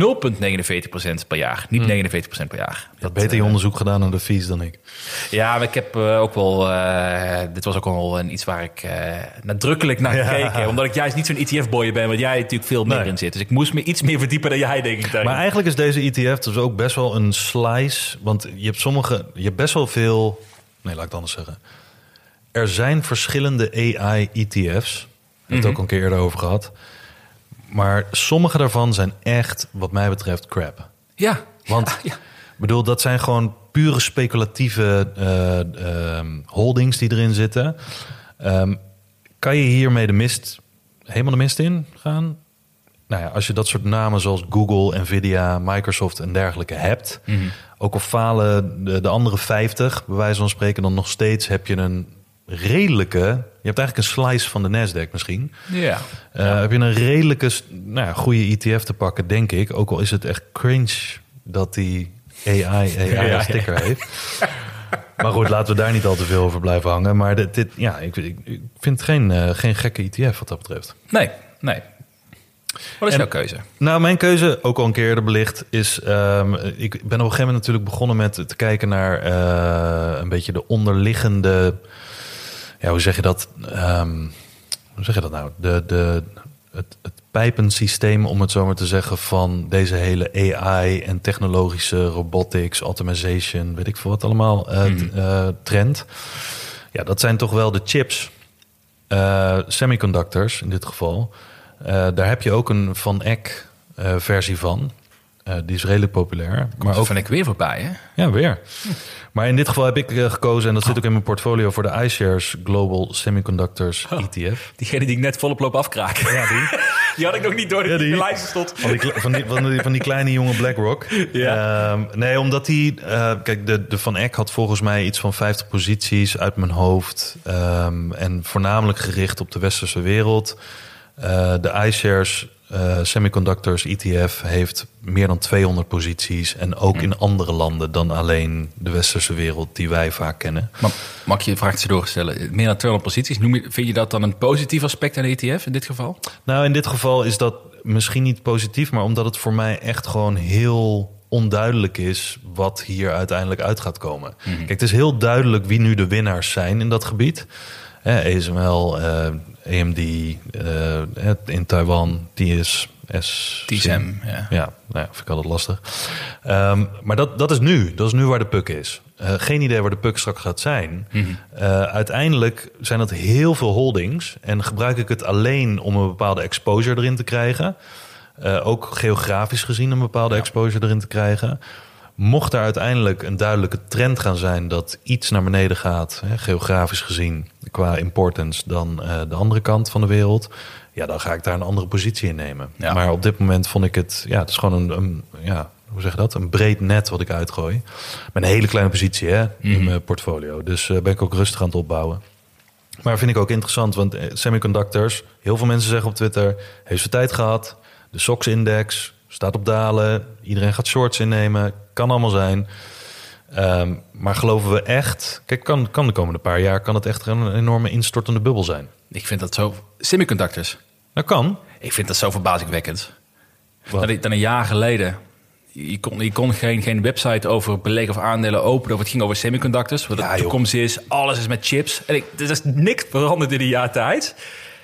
per jaar. Niet 49% per jaar. Je had beter je onderzoek gedaan naar de fees dan ik. Ja, maar ik heb ook wel... dit was ook wel iets waar ik nadrukkelijk naar gekeken heb. Omdat ik juist niet zo'n ETF-boy ben, want jij natuurlijk veel meer in zit. Dus ik moest me iets meer verdiepen dan jij, denk ik. Maar eigenlijk is deze ETF dus ook best wel een slice. Want je hebt best wel veel... Nee, laat ik het anders zeggen. Er zijn verschillende AI-ETF's. Daar hebben we het ook al een keer eerder over gehad. Maar sommige daarvan zijn echt, wat mij betreft, crap. Ja. Want, bedoel, dat zijn gewoon pure speculatieve holdings die erin zitten. Kan je hiermee helemaal de mist in gaan? Nou ja, als je dat soort namen zoals Google, Nvidia, Microsoft en dergelijke hebt... ook al falen de andere 50, bij wijze van spreken, dan nog steeds heb je een redelijke... Je hebt eigenlijk een slice van de Nasdaq misschien. Ja. Heb je een redelijke, goede ETF te pakken, denk ik. Ook al is het echt cringe dat die AI sticker heeft. Maar goed, laten we daar niet al te veel over blijven hangen. Maar ik vind het geen gekke ETF wat dat betreft. Nee. Wat is jouw keuze? Nou, mijn keuze, ook al een keer eerder belicht, is... ik ben op een gegeven moment natuurlijk begonnen met te kijken naar een beetje de onderliggende... Ja, hoe zeg je dat? Hoe zeg je dat nou? Het pijpensysteem, om het zo maar te zeggen, van deze hele AI en technologische robotics, automation, weet ik veel wat allemaal, trend. Ja, dat zijn toch wel de chips, semiconductors in dit geval. Daar heb je ook een Van Eck versie van. Die is redelijk populair. Maar ook Van Eck weer voorbij, hè? Ja, weer. Maar in dit geval heb ik gekozen, en dat zit ook in mijn portfolio, voor de iShares Global Semiconductors ETF. Diegene die ik net volop loop afkraken. Ja, die had ik nog niet door de lijst stond. Van die kleine jonge BlackRock. Ja. Nee, omdat die... kijk, de Van Eck had volgens mij iets van 50 posities uit mijn hoofd. En voornamelijk gericht op de westerse wereld. De iShares Semiconductors ETF heeft meer dan 200 posities. En ook in andere landen dan alleen de westerse wereld die wij vaak kennen. Maar mag ik je een vraag doorstellen? Meer dan 200 posities. Vind je dat dan een positief aspect aan de ETF in dit geval? Nou, in dit geval is dat misschien niet positief, maar omdat het voor mij echt gewoon heel onduidelijk is wat hier uiteindelijk uit gaat komen. Kijk, het is heel duidelijk wie nu de winnaars zijn in dat gebied. ASML, AMD in Taiwan, die is TSM. Ja, vind ik altijd lastig. Maar dat is nu. Dat is nu waar de puck is. Geen idee waar de puck straks gaat zijn. Mm-hmm. Uiteindelijk zijn dat heel veel holdings. En gebruik ik het alleen om een bepaalde exposure erin te krijgen. Ook geografisch gezien een bepaalde exposure erin te krijgen. Mocht daar uiteindelijk een duidelijke trend gaan zijn dat iets naar beneden gaat, geografisch gezien, qua importance, dan de andere kant van de wereld, ja, dan ga ik daar een andere positie in nemen. Ja. Maar op dit moment vond ik het, het is gewoon hoe zeg je dat? Een breed net wat ik uitgooi. Met een hele kleine positie in mijn portfolio. Dus ben ik ook rustig aan het opbouwen. Maar vind ik ook interessant, want semiconductors, heel veel mensen zeggen op Twitter, heeft zijn tijd gehad, de SOX-index staat op dalen, iedereen gaat shorts innemen, kan allemaal zijn. Maar geloven we echt, kijk, kan de komende paar jaar kan het echt een enorme instortende bubbel zijn. Ik vind dat zo, semiconductors. Dat kan. Ik vind dat zo verbazingwekkend. Dan een jaar geleden, je kon geen website over beleg of aandelen openen of het ging over semiconductors. Wat de toekomst is, alles is met chips. En er is niks veranderd in een jaar tijd.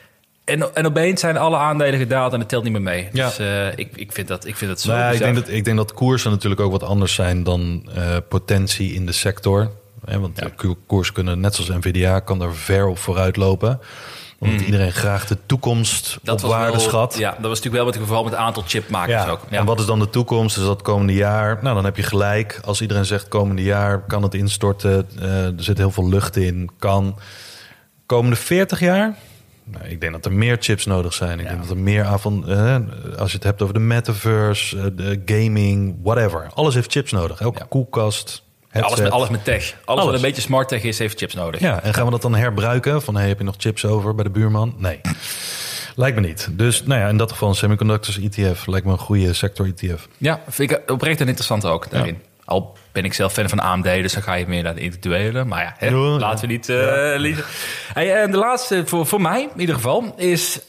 En opeens zijn alle aandelen gedaald en het telt niet meer mee. Ja. Dus ik vind dat zo. Nou, ik denk dat koersen natuurlijk ook wat anders zijn dan potentie in de sector. Want koersen kunnen, net zoals Nvidia, kan er ver op vooruit lopen. Omdat iedereen graag de toekomst op waarde schat. Ja, dat was natuurlijk wel het geval met het aantal chipmakers ook. Ja. En wat is dan de toekomst? Is dat komende jaar? Nou, dan heb je gelijk. Als iedereen zegt komende jaar kan het instorten. Er zit heel veel lucht in. Kan. Komende 40 jaar? Nou, ik denk dat er meer chips nodig zijn. Ik denk dat er meer als je het hebt over de metaverse, de gaming, whatever. Alles heeft chips nodig. Elke koelkast. Alles met tech. Alles wat een beetje smart tech is, heeft chips nodig. Ja, en gaan we dat dan herbruiken? Van, heb je nog chips over bij de buurman? Nee. Lijkt me niet. Dus in dat geval een semiconductors ETF. Lijkt me een goede sector ETF. Ja, vind ik oprecht en interessant ook daarin. Ja. Al ben ik zelf fan van AMD, dus dan ga je meer naar de individuele. Maar laten we niet liever. Hey, de laatste voor mij in ieder geval is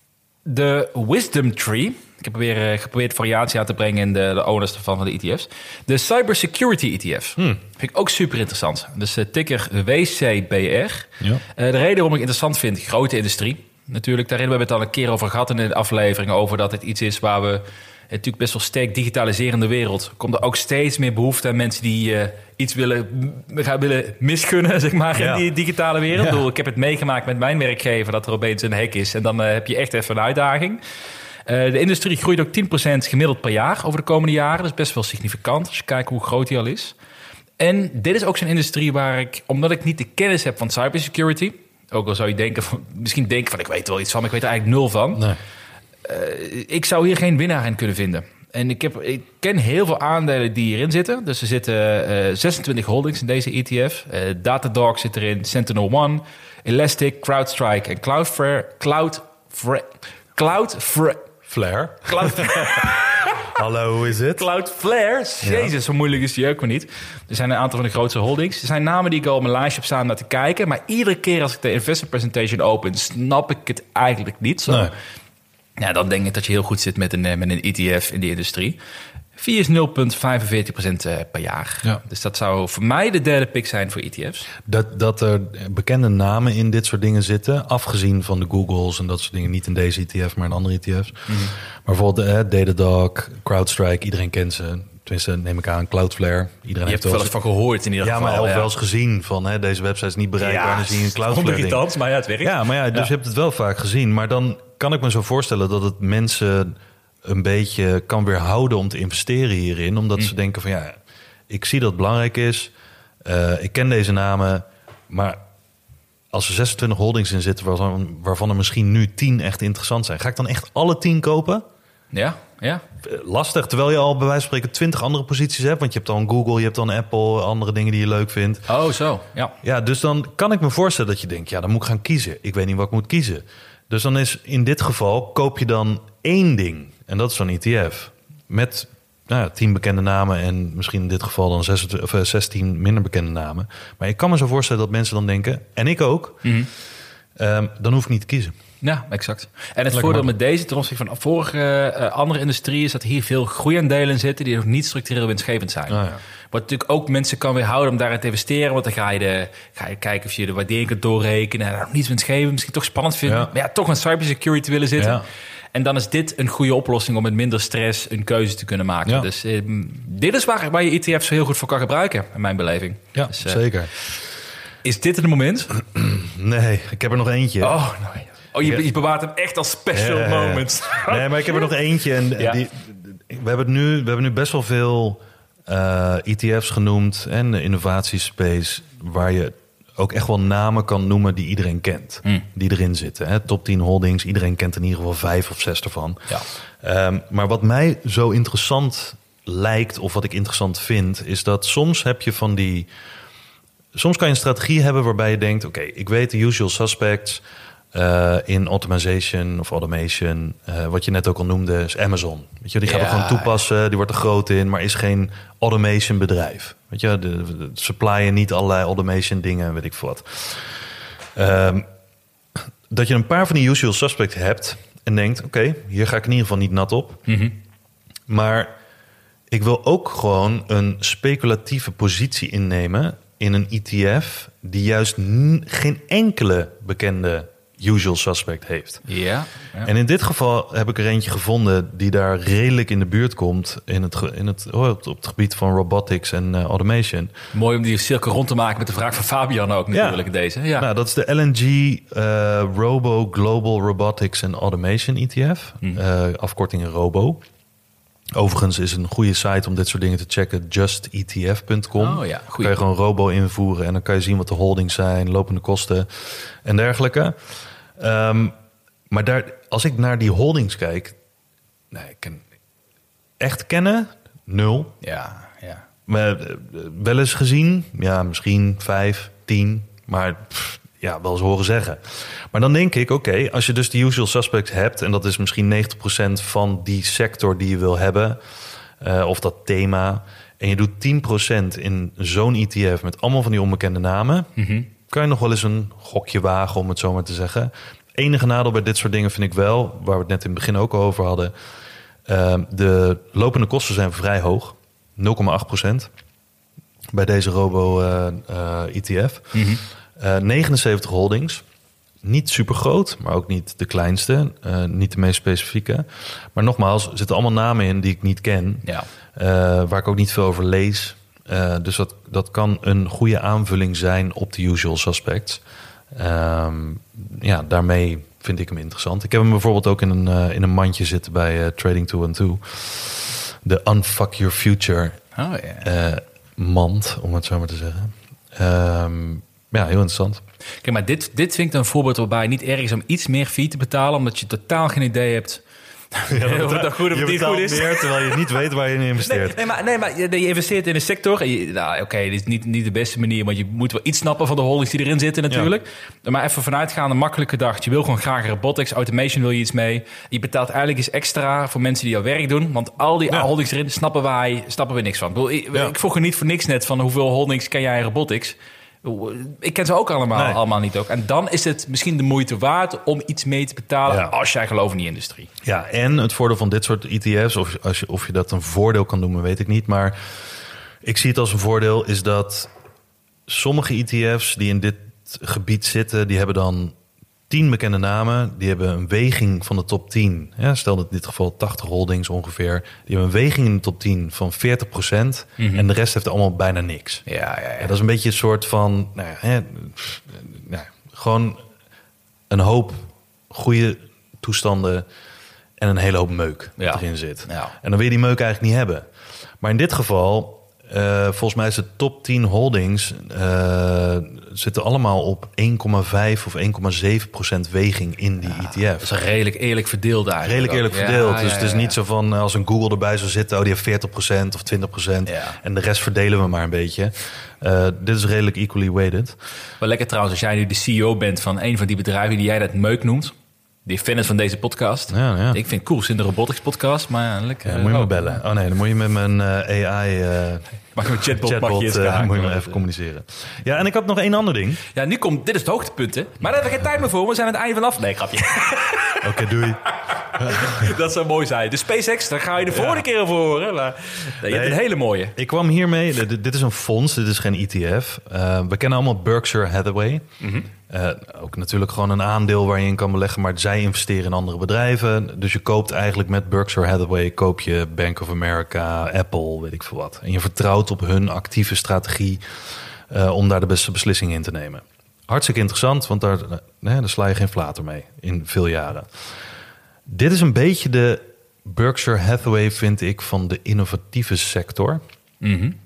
de Wisdom Tree. Ik heb weer geprobeerd variatie aan te brengen in de owners van de ETF's. De Cybersecurity ETF. Vind ik ook super interessant. Dus ticker WCBR. Ja. De reden waarom ik interessant vind, grote industrie. Natuurlijk, daarin hebben we het al een keer over gehad in de aflevering. Over dat het iets is waar we natuurlijk best wel sterk digitaliserende wereld. Komt er ook steeds meer behoefte aan mensen die iets willen misgunnen, zeg maar, in die digitale wereld. Ja. Ik heb het meegemaakt met mijn werkgever dat er opeens een hack is. En dan heb je echt even een uitdaging. De industrie groeit ook 10% gemiddeld per jaar over de komende jaren. Dat is best wel significant als je kijkt hoe groot die al is. En dit is ook zo'n industrie waar ik, omdat ik niet de kennis heb van cybersecurity, ook al zou je misschien denken van ik weet er wel iets van, maar ik weet er eigenlijk nul van. Nee. Ik zou hier geen winnaar in kunnen vinden. En ik ken heel veel aandelen die hierin zitten. Dus er zitten 26 holdings in deze ETF. Datadog zit erin, SentinelOne, Elastic, CrowdStrike en Cloudflare. Hallo, hoe is het? Cloudflare. Jezus, zo moeilijk is die ook maar niet. Er zijn een aantal van de grootste holdings. Er zijn namen die ik al op mijn lijstje heb staan naar te kijken. Maar iedere keer als ik de investor presentation open, snap ik het eigenlijk niet zo. Nee. Ja, dan denk ik dat je heel goed zit met een ETF in die industrie. 4 is 0,45% per jaar. Ja. Dus dat zou voor mij de derde pick zijn voor ETF's. Dat er bekende namen in dit soort dingen zitten, afgezien van de Googles en dat soort dingen, niet in deze ETF, maar in andere ETF's. Mm-hmm. Maar bijvoorbeeld Datadog, CrowdStrike, iedereen kent ze. Tenminste, neem ik aan, Cloudflare. Iedereen je hebt er wel eens van gehoord in ieder geval. Ja, maar wel eens gezien van deze website is niet bereikbaar. En dan zie je een Cloudflare ding. Maar het werkt. Ja, maar dus je hebt het wel vaak gezien. Maar dan kan ik me zo voorstellen dat het mensen een beetje kan weerhouden om te investeren hierin. Omdat ze denken van ik zie dat het belangrijk is. Ik ken deze namen. Maar als er 26 holdings in zitten waarvan er misschien nu 10 echt interessant zijn, ga ik dan echt alle 10 kopen? Ja. Lastig, terwijl je al bij wijze van spreken 20 andere posities hebt. Want je hebt dan Google, je hebt dan Apple, andere dingen die je leuk vindt. Oh, zo, ja. Ja, dus dan kan ik me voorstellen dat je denkt, dan moet ik gaan kiezen. Ik weet niet wat ik moet kiezen. Dus dan is in dit geval, koop je dan 1 ding. En dat is zo'n ETF. Met 10 bekende namen en misschien in dit geval dan 16 minder bekende namen. Maar ik kan me zo voorstellen dat mensen dan denken, en ik ook, dan hoef ik niet te kiezen. Ja, exact. En het voordeel met deze ten opzichte van vorige andere industrieën is dat hier veel groeiaandelen zitten die nog niet structureel winstgevend zijn. Wat natuurlijk ook mensen kan weerhouden om daarin te investeren. Want dan ga je kijken of je de waardering kunt doorrekenen. En nog niet winstgevend, misschien toch spannend vinden. Ja. Maar toch met cybersecurity willen zitten. Ja. En dan is dit een goede oplossing om met minder stress een keuze te kunnen maken. Ja. Dus dit is waar je ETF's heel goed voor kan gebruiken, in mijn beleving. Ja, dus, zeker. Is dit het moment? Nee, ik heb er nog eentje. Je bewaart hem echt als special moment. Nee, maar ik heb er nog eentje. En we hebben nu best wel veel ETF's genoemd en de innovatiespace, waar je ook echt wel namen kan noemen die iedereen kent. Die erin zitten. Hè? Top 10 holdings, iedereen kent in ieder geval 5 of 6 ervan. Ja. Maar wat mij zo interessant lijkt, of wat ik interessant vind, is dat soms heb je van die... Soms kan je een strategie hebben waarbij je denkt, oké, ik weet de usual suspects in optimization of automation. Wat je net ook al noemde, is Amazon. Weet je, die gaat er gewoon toepassen, die wordt er groot in, maar is geen automation bedrijf. Weet je, de supplyen niet allerlei automation dingen, weet ik veel wat. Dat je een paar van die usual suspects hebt en denkt, oké, hier ga ik in ieder geval niet nat op. Mm-hmm. Maar ik wil ook gewoon een speculatieve positie innemen in een ETF die juist geen enkele bekende usual suspect heeft. Ja. En in dit geval heb ik er eentje gevonden die daar redelijk in de buurt komt op het gebied van robotics en automation. Mooi om die cirkel rond te maken met de vraag van Fabian ook natuurlijk deze. Ja. Nou, dat is de LNG Robo Global Robotics and Automation ETF. Afkorting Robo. Overigens is een goede site om dit soort dingen te checken. justetf.com. Oh ja, kan je gewoon Robo invoeren en dan kan je zien wat de holdings zijn, lopende kosten en dergelijke. Maar als ik naar die holdings kijk, echt kennen, 0. Ja. Maar wel eens gezien, misschien 5, 10, maar wel eens horen zeggen. Maar dan denk ik, oké, als je dus de usual suspects hebt, en dat is misschien 90% van die sector die je wil hebben, of dat thema, en je doet 10% in zo'n ETF met allemaal van die onbekende namen, kan je nog wel eens een gokje wagen, om het zo maar te zeggen. Enige nadeel bij dit soort dingen vind ik wel, waar we het net in het begin ook over hadden, de lopende kosten zijn vrij hoog, 0,8% bij deze Robo-ETF. 79 holdings. Niet super groot, maar ook niet de kleinste. Niet de meest specifieke. Maar nogmaals, er zitten allemaal namen in die ik niet ken. Ja. Waar ik ook niet veel over lees. Dus dat kan een goede aanvulling zijn op de usual suspects. Daarmee vind ik hem interessant. Ik heb hem bijvoorbeeld ook in een mandje zitten bij Trading 212. De Unfuck Your Future mand, om het zo maar te zeggen. Ja, heel interessant. Kijk, maar dit vind ik een voorbeeld waarbij je niet erg is om iets meer fee te betalen, omdat je totaal geen idee hebt of het goed of niet goed is. Meer, terwijl je niet weet waar je in investeert. Nee, maar je investeert in een sector. Dit is niet de beste manier, want je moet wel iets snappen van de holdings die erin zitten natuurlijk. Ja. Maar even vanuitgaande, makkelijk gedacht. Je wil gewoon graag robotics, automation wil je iets mee. Je betaalt eigenlijk iets extra voor mensen die jouw werk doen, want al die holdings erin snappen we niks van. Ik vroeg er niet voor niks net van hoeveel holdings ken jij in robotics. Ik ken ze ook allemaal niet ook. En dan is het misschien de moeite waard om iets mee te betalen als jij gelooft in die industrie. Ja, en het voordeel van dit soort ETF's, of je dat een voordeel kan noemen, weet ik niet. Maar ik zie het als een voordeel, is dat sommige ETF's die in dit gebied zitten, die hebben dan 10 bekende namen. Die hebben een weging van de top 10. Ja, stel dat in dit geval 80 holdings ongeveer. Die hebben een weging in de top 10 van 40%. En de rest heeft allemaal bijna niks. Ja, dat is een beetje een soort van gewoon een hoop goede toestanden en een hele hoop meuk dat erin zit. Ja. En dan wil je die meuk eigenlijk niet hebben. Maar in dit geval, volgens mij is de top 10 holdings zitten allemaal op 1,5 of 1,7% weging in die ETF. Dat is redelijk eerlijk verdeeld eigenlijk. Redelijk eerlijk verdeeld. Dus het is niet zo van als een Google erbij zou zitten, die heeft 40% of 20%. En de rest verdelen we maar een beetje. Dit is redelijk equally weighted. Wel lekker trouwens, als jij nu de CEO bent van een van die bedrijven die jij dat meuk noemt. Die fan is van deze podcast. Ja. Ik vind het cool, in de robotics podcast, maar lekker. Moet je me bellen. Oh nee, dan moet je met mijn AI mag een chatbot moet je me even communiceren. Ja, en ik had nog één ander ding. Ja, dit is het hoogtepunt, hè? Maar daar hebben we geen tijd meer voor. We zijn aan het einde vanaf. Nee, grapje. Oké, doei. Dat zou mooi zijn. De SpaceX, daar ga je de volgende keer over horen. Maar, je hebt een hele mooie. Ik kwam hiermee, dit is een fonds, dit is geen ETF. We kennen allemaal Berkshire Hathaway. Mm-hmm. Ook natuurlijk gewoon een aandeel waar je in kan beleggen, maar zij investeren in andere bedrijven. Dus je koopt eigenlijk met Berkshire Hathaway, koop je Bank of America, Apple, weet ik veel wat. En je vertrouwt op hun actieve strategie om daar de beste beslissingen in te nemen. Hartstikke interessant, want daar sla je geen flater mee in veel jaren. Dit is een beetje de Berkshire Hathaway, vind ik, van de innovatieve sector. Mm-hmm.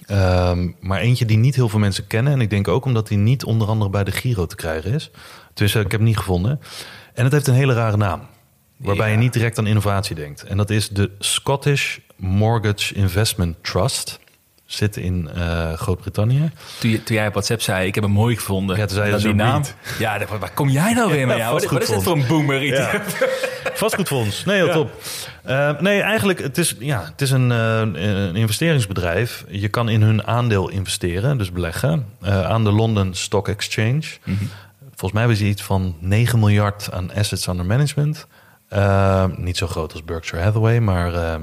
Maar eentje die niet heel veel mensen kennen. En ik denk ook omdat die niet onder andere bij de Giro te krijgen is. Dus ik heb hem niet gevonden. En het heeft een hele rare naam. Waarbij je niet direct aan innovatie denkt. En dat is de Scottish Mortgage Investment Trust. Zit in Groot-Brittannië. Toen jij op WhatsApp zei, ik heb hem mooi gevonden. Ja, toen zei je die naam. Ja, waar kom jij nou weer mee? Wat is dit voor een boomer? Ja. Vastgoedfonds. Nee, heel top. Nee, eigenlijk, het is een investeringsbedrijf. Je kan in hun aandeel investeren, dus beleggen. Aan de London Stock Exchange. Mm-hmm. Volgens mij hebben ze iets van 9 miljard aan assets under management. Niet zo groot als Berkshire Hathaway, maar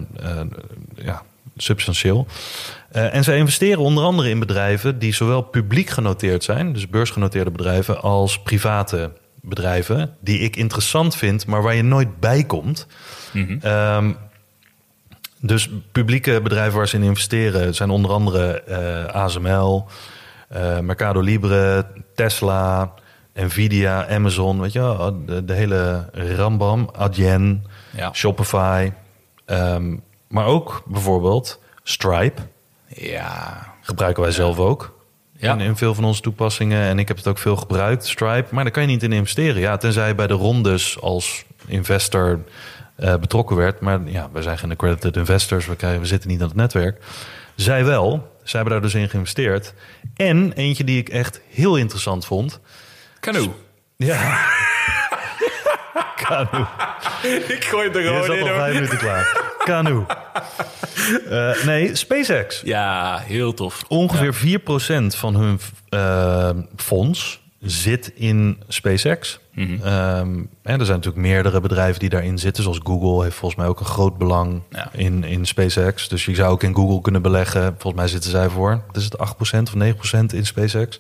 substantieel. En zij investeren onder andere in bedrijven die zowel publiek genoteerd zijn, dus beursgenoteerde bedrijven, als private bedrijven die ik interessant vind, maar waar je nooit bij komt. Mm-hmm. Dus publieke bedrijven waar ze in investeren zijn onder andere ASML, Mercado Libre, Tesla, Nvidia, Amazon, weet je wel, de hele rambam, Adyen, Shopify, maar ook bijvoorbeeld Stripe. Ja. Gebruiken wij zelf ook. Ja. In veel van onze toepassingen. En ik heb het ook veel gebruikt, Stripe. Maar daar kan je niet in investeren. Ja, tenzij je bij de rondes als investor betrokken werd. Maar ja, wij zijn geen accredited investors. We zitten niet aan het netwerk. Zij wel. Zij hebben daar dus in geïnvesteerd. En eentje die ik echt heel interessant vond. Canoe. Ja. Canoe. Ik gooi het er gewoon in. Je zat al 5 minuten klaar. Canoe. Nee, SpaceX. Ja, heel tof. Ongeveer 4% van hun fonds zit in SpaceX. Mm-hmm. En er zijn natuurlijk meerdere bedrijven die daarin zitten. Zoals Google heeft volgens mij ook een groot belang in SpaceX. Dus je zou ook in Google kunnen beleggen. Volgens mij zitten zij voor, wat is het, 8% of 9% in SpaceX.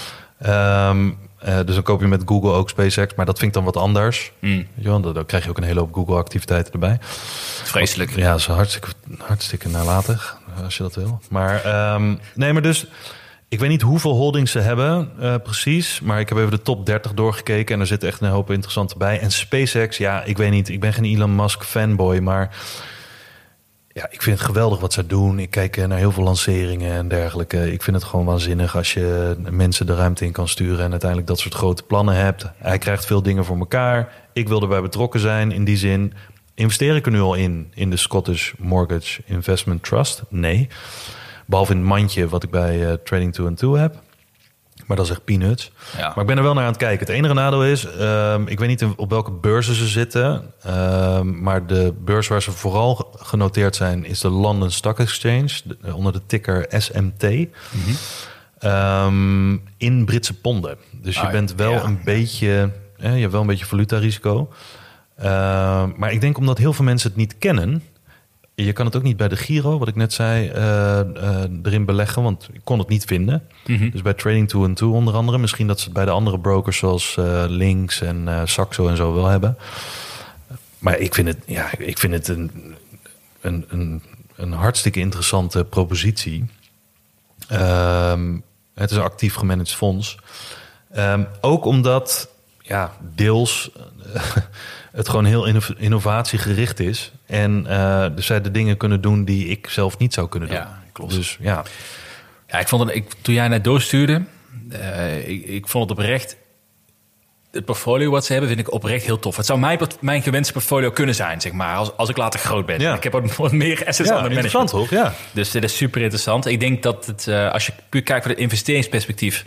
Dus dan koop je met Google ook SpaceX. Maar dat vind ik dan wat anders. Dan krijg je ook een hele hoop Google-activiteiten erbij. Vreselijk. Ja, dat is hartstikke nalatig, als je dat wil. Maar maar dus, ik weet niet hoeveel holdings ze hebben precies. Maar ik heb even de top 30 doorgekeken. En er zit echt een hoop interessante bij. En SpaceX, ja, ik weet niet. Ik ben geen Elon Musk fanboy, maar ja, ik vind het geweldig wat zij doen. Ik kijk naar heel veel lanceringen en dergelijke. Ik vind het gewoon waanzinnig als je mensen de ruimte in kan sturen en uiteindelijk dat soort grote plannen hebt. Hij krijgt veel dingen voor elkaar. Ik wil erbij betrokken zijn in die zin. Investeer ik er nu al in de Scottish Mortgage Investment Trust? Nee. Behalve in het mandje wat ik bij Trading 2&2 heb. Maar dat is echt peanuts. Ja. Maar ik ben er wel naar aan het kijken. Het enige nadeel is, ik weet niet op welke beurzen ze zitten. Maar de beurs waar ze vooral genoteerd zijn is de London Stock Exchange. Onder de ticker SMT. Mm-hmm. In Britse ponden. Dus je bent wel een beetje, je hebt wel een beetje valutarisico. Maar ik denk omdat heel veel mensen het niet kennen. Je kan het ook niet bij de Giro, wat ik net zei, erin beleggen. Want ik kon het niet vinden. Mm-hmm. Dus bij Trading 2&2 onder andere. Misschien dat ze het bij de andere brokers zoals Lynx en Saxo en zo wel hebben. Maar ik vind het een hartstikke interessante propositie. Het is een actief gemanaged fonds. Ook omdat deels het gewoon heel innovatiegericht is. En dus zij de dingen kunnen doen die ik zelf niet zou kunnen doen. Ja, klopt. Dus ja. Ja, ik vond het, toen jij net doorstuurde, ik vond het oprecht. Het portfolio wat ze hebben, vind ik oprecht heel tof. Het zou mijn gewenste portfolio kunnen zijn, zeg maar, als ik later groot ben. Ja. Ik heb ook wat meer assets aan het management. Toch? Ja. Dus dit is super interessant. Ik denk dat het, als je puur kijkt voor het investeringsperspectief,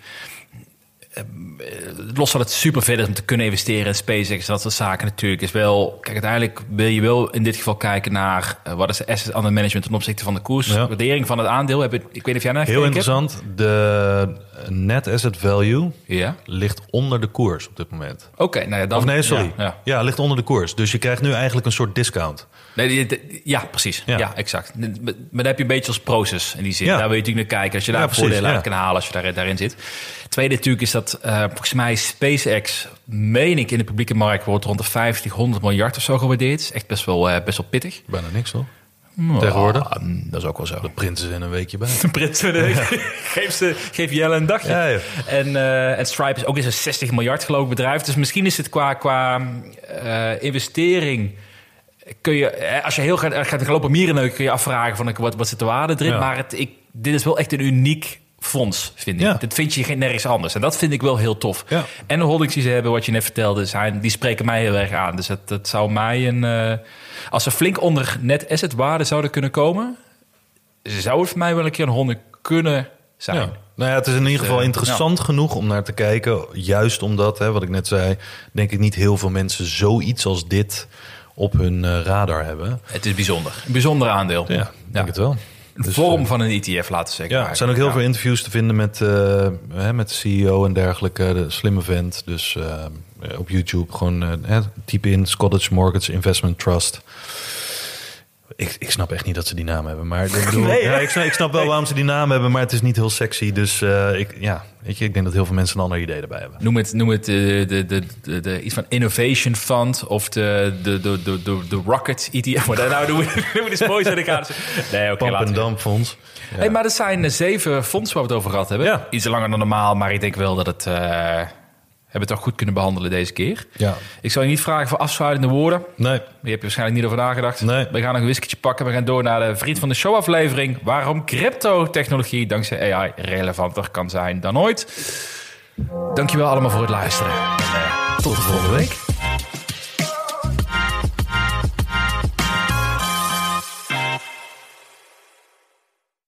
los van het super vet is om te kunnen investeren in SpaceX, dat soort zaken natuurlijk, is wel, kijk, uiteindelijk wil je wel in dit geval kijken naar wat is de assets under management ten opzichte van de koerswaardering van het aandeel. Ik weet niet of jij naar heel interessant. De net asset value ligt onder de koers op dit moment. Oké, nou ja, dan... Of nee, sorry. Ja. Ja, ligt onder de koers. Dus je krijgt nu eigenlijk een soort discount. Nee, ja, precies. Ja, exact. Maar dan heb je een beetje als proces in die zin. Daar wil je natuurlijk naar kijken als je daar voordelen uit kan halen als je daarin zit. Tweede natuurlijk is dat volgens mij SpaceX, meen ik, in de publieke markt wordt rond de 50-100 miljard of zo gewaardeerd. Is echt best wel pittig. Bijna niks, hoor. Tegenwoordig. Dat is ook wel zo. De printen ze in een weekje bij. De printen in een weekje. Geef Jelle een dagje. Ja. En Stripe is ook eens een 60 miljard geloof ik bedrijf. Dus misschien is het qua investering... Kun je, als je heel gaat lopen mierenneuken, kun je afvragen van wat zit de waarde erin. Ja. Maar dit is wel echt een uniek fonds, vind ik. Ja. Dat vind je nergens anders. En dat vind ik wel heel tof. Ja. En de holdings die ze hebben, wat je net vertelde, die spreken mij heel erg aan. Dus dat zou mij als ze flink onder net asset waarde zouden kunnen komen, zou het voor mij wel een keer een holding kunnen zijn. Ja. Nou ja, het is in ieder geval interessant genoeg om naar te kijken. Juist omdat, wat ik net zei, denk ik niet heel veel mensen zoiets als dit op hun radar hebben. Het is bijzonder. Een bijzonder aandeel. Ja, denk het wel. Een vorm van een ETF, laten we zeggen. Ja, er zijn ook heel veel interviews te vinden met de CEO en dergelijke. De slimme vent. Dus op YouTube gewoon type in Scottish Mortgage Investment Trust. Ik snap echt niet dat ze die naam hebben. Maar ik snap wel waarom ze die naam hebben, maar het is niet heel sexy. Dus ik denk dat heel veel mensen een ander idee erbij hebben. Noem het de iets van Innovation Fund of de Rocket ETF. Maar nou doen we de spoilers. Nee, Pump and Dump fonds. Ja. Hey, maar er zijn 7 fondsen waar we het over gehad hebben. Ja. Iets langer dan normaal, maar ik denk wel dat het... hebben het toch goed kunnen behandelen deze keer. Ja. Ik zal je niet vragen voor afsluitende woorden. Nee. Je hebt er waarschijnlijk niet over nagedacht. Nee. We gaan nog een whiskytje pakken. We gaan door naar de Vriend van de Show aflevering. Waarom crypto-technologie dankzij AI relevanter kan zijn dan ooit. Dankjewel allemaal voor het luisteren. En, tot de volgende week.